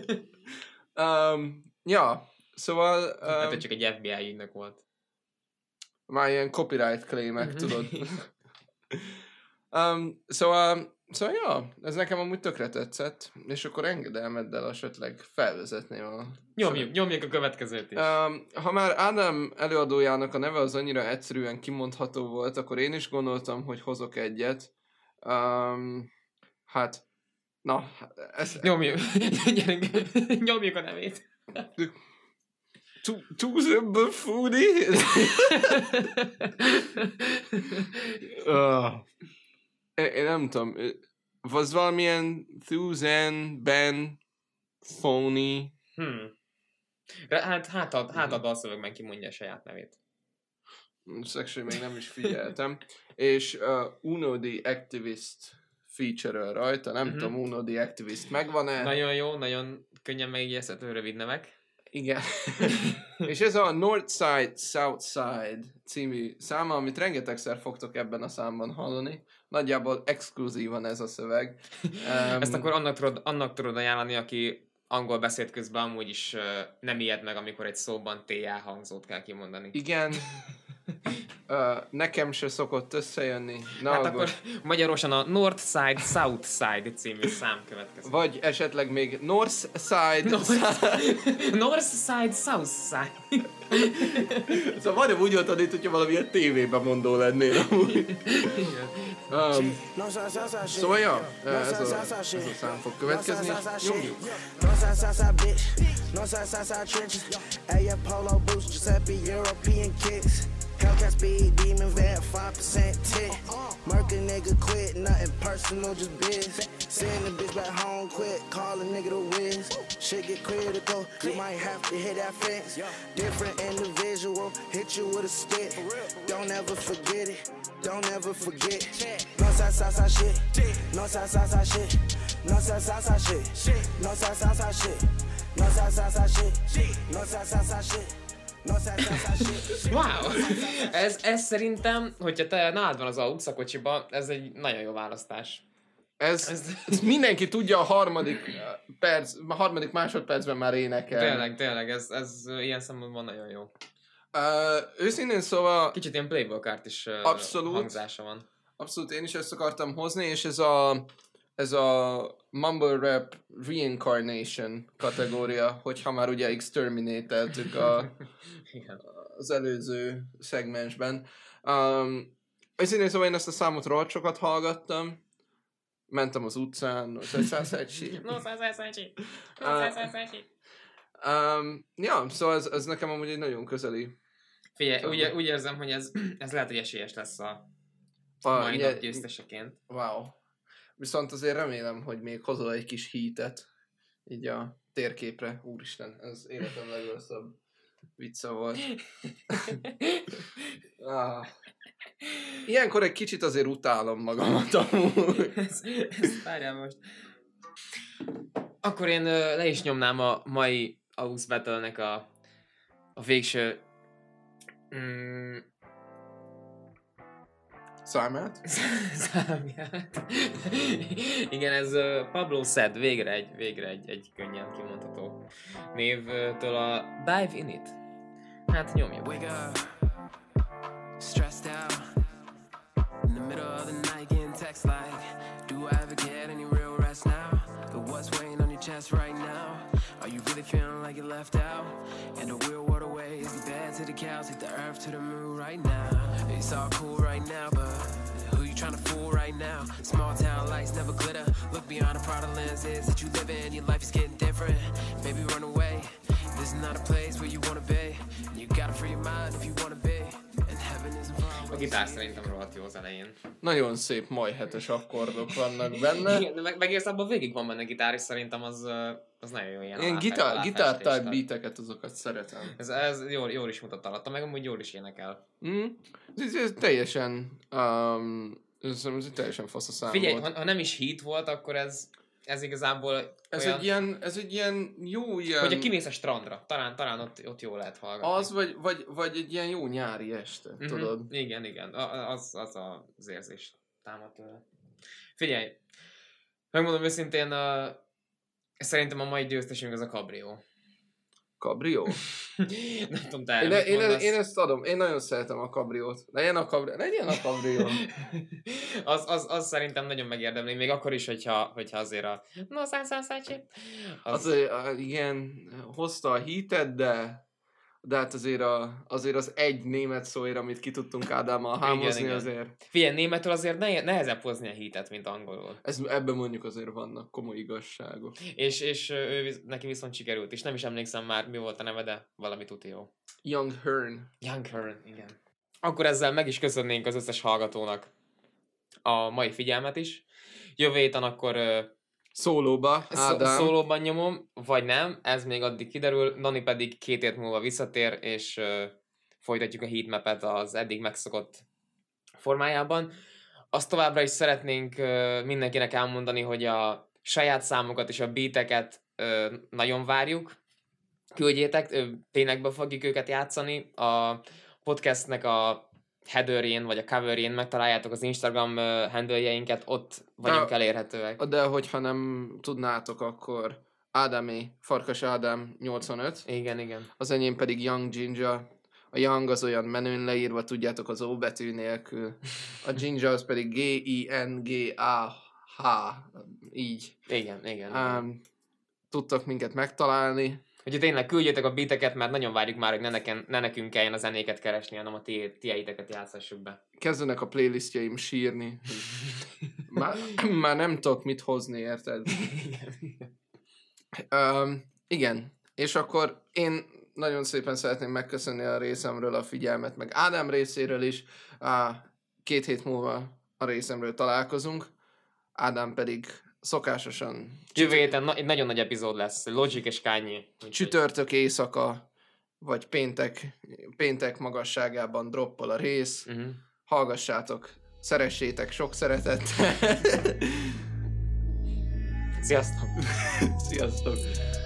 um, ja, szóval... Um, hát, hogy csak egy ef bé i ügynök volt. Már ilyen copyright claimek, tudod. um, szóval... Szóval, ja, ez nekem amúgy tökre tetszett, és akkor engedelmeddel esetleg felvezetném a... Nyomjuk, nyomjuk a következőt is. Um, ha már Ádám előadójának a neve az annyira egyszerűen kimondható volt, akkor én is gondoltam, hogy hozok egyet. Um, hát, na, ez... Nyomjuk, gyerünk, nyomjuk a nevét. Túlzöbből fúdi? Én nem tudom, az valamilyen Thuzen, Ben, Phony. Hmm. Hát, hát, ad, hát a szövegben kimondja a saját nevét. Actually még nem is figyeltem. És uh, Uno the Activist feature-öl rajta, nem uh-huh. tudom, Uno the Activist megvan-e? Nagyon jó, nagyon könnyen megjegyezhető rövid nevek. Igen. És ez a Northside, Southside című száma, amit rengetegszer fogtok ebben a számban hallani. Nagyjából exkluzívan ez a szöveg. Um, Ezt akkor annak tudod, annak tudod ajánlani, aki angol beszéd közben amúgy is uh, nem ijed meg, amikor egy szóban té á hangzót kell kimondani. Igen. Uh, nekem se szokott összejönni. Na, hát akkor magyarosan a Northside, Southside című szám következik. Vagy esetleg még Northside, North, Northside, Southside. Szóval majdnem úgy voltad itt, hogyha valamilyen tévében mondó lennél. um, szóval ja, ez a, ez a szám fog következni. Nyomjuk. Hellcat speed, demon vet, five percent tick. Murk a nigga quit, nothing personal, just biz. Send the bitch back home quick, call a nigga to whiz. Shit get critical, you might have to hit that fence. Different individual, hit you with a stick. Don't ever forget it, don't ever forget. Northside, Southside shit, Northside, Southside shit. Northside, Southside shit, Northside, Southside shit. Northside, Southside shit, Northside, Southside shit. Wow! Ez, ez szerintem, hogyha te nálad van az á u xé a kocsiba, ez egy nagyon jó választás. Ez, ez... ez mindenki tudja a harmadik perc, a harmadik másodpercben már énekel. Tényleg, tényleg, ez, ez ilyen szempontból nagyon jó. Uh, őszintén szóval... Kicsit ilyen Playboy Kart is uh, abszolút, hangzása van. Abszolút, én is ezt akartam hozni, és ez a, ez a mumble rap reincarnation kategória, hogyha már ugye exterminateltük a, az előző szegmensben. Um, őszintén szóval én ezt a számot rohadt sokat hallgattam. Mentem az utcán, no százszázacsi. No százszázacsi. No százszázacsi. Ja, szóval ez, ez nekem amúgy egy nagyon közeli. Figyelj, úgy, úgy érzem, hogy ez, ez lehet, hogy esélyes lesz a, a mai nap győzteseként. Wow. Viszont azért remélem, hogy még hozol egy kis heatet így a térképre. Úristen, ez életem legrosszabb vicca volt. ah. Ilyenkor egy kicsit azért utálom magamat amúgy. ezt, ezt várjál most. Akkor én ö, le is nyomnám a mai Aus Battle-nek a, a végső mm, Számát? számját. Igen, ez uh, Pablo Szed, végre egy, végre egy, egy könnyen kimondható névtől a Dive In It. Hát nyomjuk. Wake up, stressed out, in the middle of the night getting text like, do I ever get any real rest now? But what's weighing on your chest right now? Are you really feeling like you're left out? And the real world away is the bed to the couch, hit the earth to the moon right now. It's all cool right now, but who you trying to fool right now? Small town lights never glitter. Look beyond the Prada lenses that you live in. Your life is getting different. Maybe run away. This is not a place where you wanna be. You gotta free your mind if you wanna be. And heaven isn't far away. A gitár szerintem rohadt jó az elején. Nagyon szép majhetes akkordok vannak benne. Igen, de meg, meg abban végig van benne gitár, és szerintem az, az nagyon jó ilyen. Én gitár, gitár type beateket, azokat szeretem. Ez, ez jól, jól is mutatta alatta, meg amúgy jól is énekel. Mm. Ez, ez teljesen, um, ez, ez teljesen fasz a szám Figyelj, volt. ha, ha nem is hit volt, akkor ez, ez igazából Ez olyan, egy ilyen, ez egy ilyen jó ilyen... hogyha kimész a strandra, talán, talán ott, ott jól lehet hallgatni. Az, vagy, vagy, vagy egy ilyen jó nyári este, Mhm. tudod? Igen, igen, A- az, az az érzés támad tőle. Figyelj, megmondom őszintén, uh, szerintem a mai győztesünk az a Cabrio. Cabrio? Nem tudom, te Én, mit én, mondasz. én ezt adom, én nagyon szeretem a Cabriót. Legyen a Cabrio, legyen a Cabrio. az, az, az szerintem nagyon megérdemli, még akkor is, hogyha, hogyha azért a no, szán, szán, szán, Az, az igen, hozta a hitet, de de hát azért, a, azért az egy német szóért, amit ki tudtunk Ádámmal hámozni, igen. azért. Figyelj, németül azért ne, nehezebb hozni a hitet, mint angolul. Ez, ebben mondjuk azért vannak komoly igazságok. És, és ő, visz- neki viszont sikerült, és nem is emlékszem már, mi volt a neve, de valami tuti jó. Young Hearn. Young Hearn, igen. Akkor ezzel meg is köszönnénk az összes hallgatónak a mai figyelmet is. Jövő héten akkor ö, Szólóba, szó, Ádám. szólóban nyomom, vagy nem, ez még addig kiderül. Nani pedig két év múlva visszatér, és ö, folytatjuk a heatmapet az eddig megszokott formájában. Azt továbbra is szeretnénk ö, mindenkinek elmondani, hogy a saját számokat és a beateket ö, nagyon várjuk. Küldjétek, ö, tényleg be fogjuk őket játszani. A podcastnek a headerjén vagy a coverjén megtaláljátok az Instagram uh, handle-jeinket, ott vagyunk De- elérhetőek. De hogyha nem tudnátok, akkor Ádámé, Farkas Ádám nyolcvanöt, Igen, igen. az enyém pedig Young Ginger. A Young az olyan menőn leírva, tudjátok, az O betű nélkül. A Ginger az pedig G I N G A H. Így. Igen, igen. igen. Um, tudtok minket megtalálni. Úgyhogy tényleg küldjétek a beateket, mert nagyon várjuk már, hogy ne, neken, ne nekünk kelljen a zenéket keresni, hanem a ti, tieiteket játszássuk be. Kezdenek a playlistjaim sírni. Már, már nem tudok mit hozni, érted? Um, igen. És akkor én nagyon szépen szeretném megköszönni a részemről a figyelmet, meg Ádám részéről is. Uh, két hét múlva a részemről találkozunk. Ádám pedig szokásosan Jövő héten na- egy nagyon nagy epizód lesz, Logic és Kanye. Úgyhogy- csütörtök éjszaka, vagy péntek, péntek magasságában droppol a rész. Mhm. Hallgassátok, szeressétek sok szeretettel. Sziasztok! Sziasztok!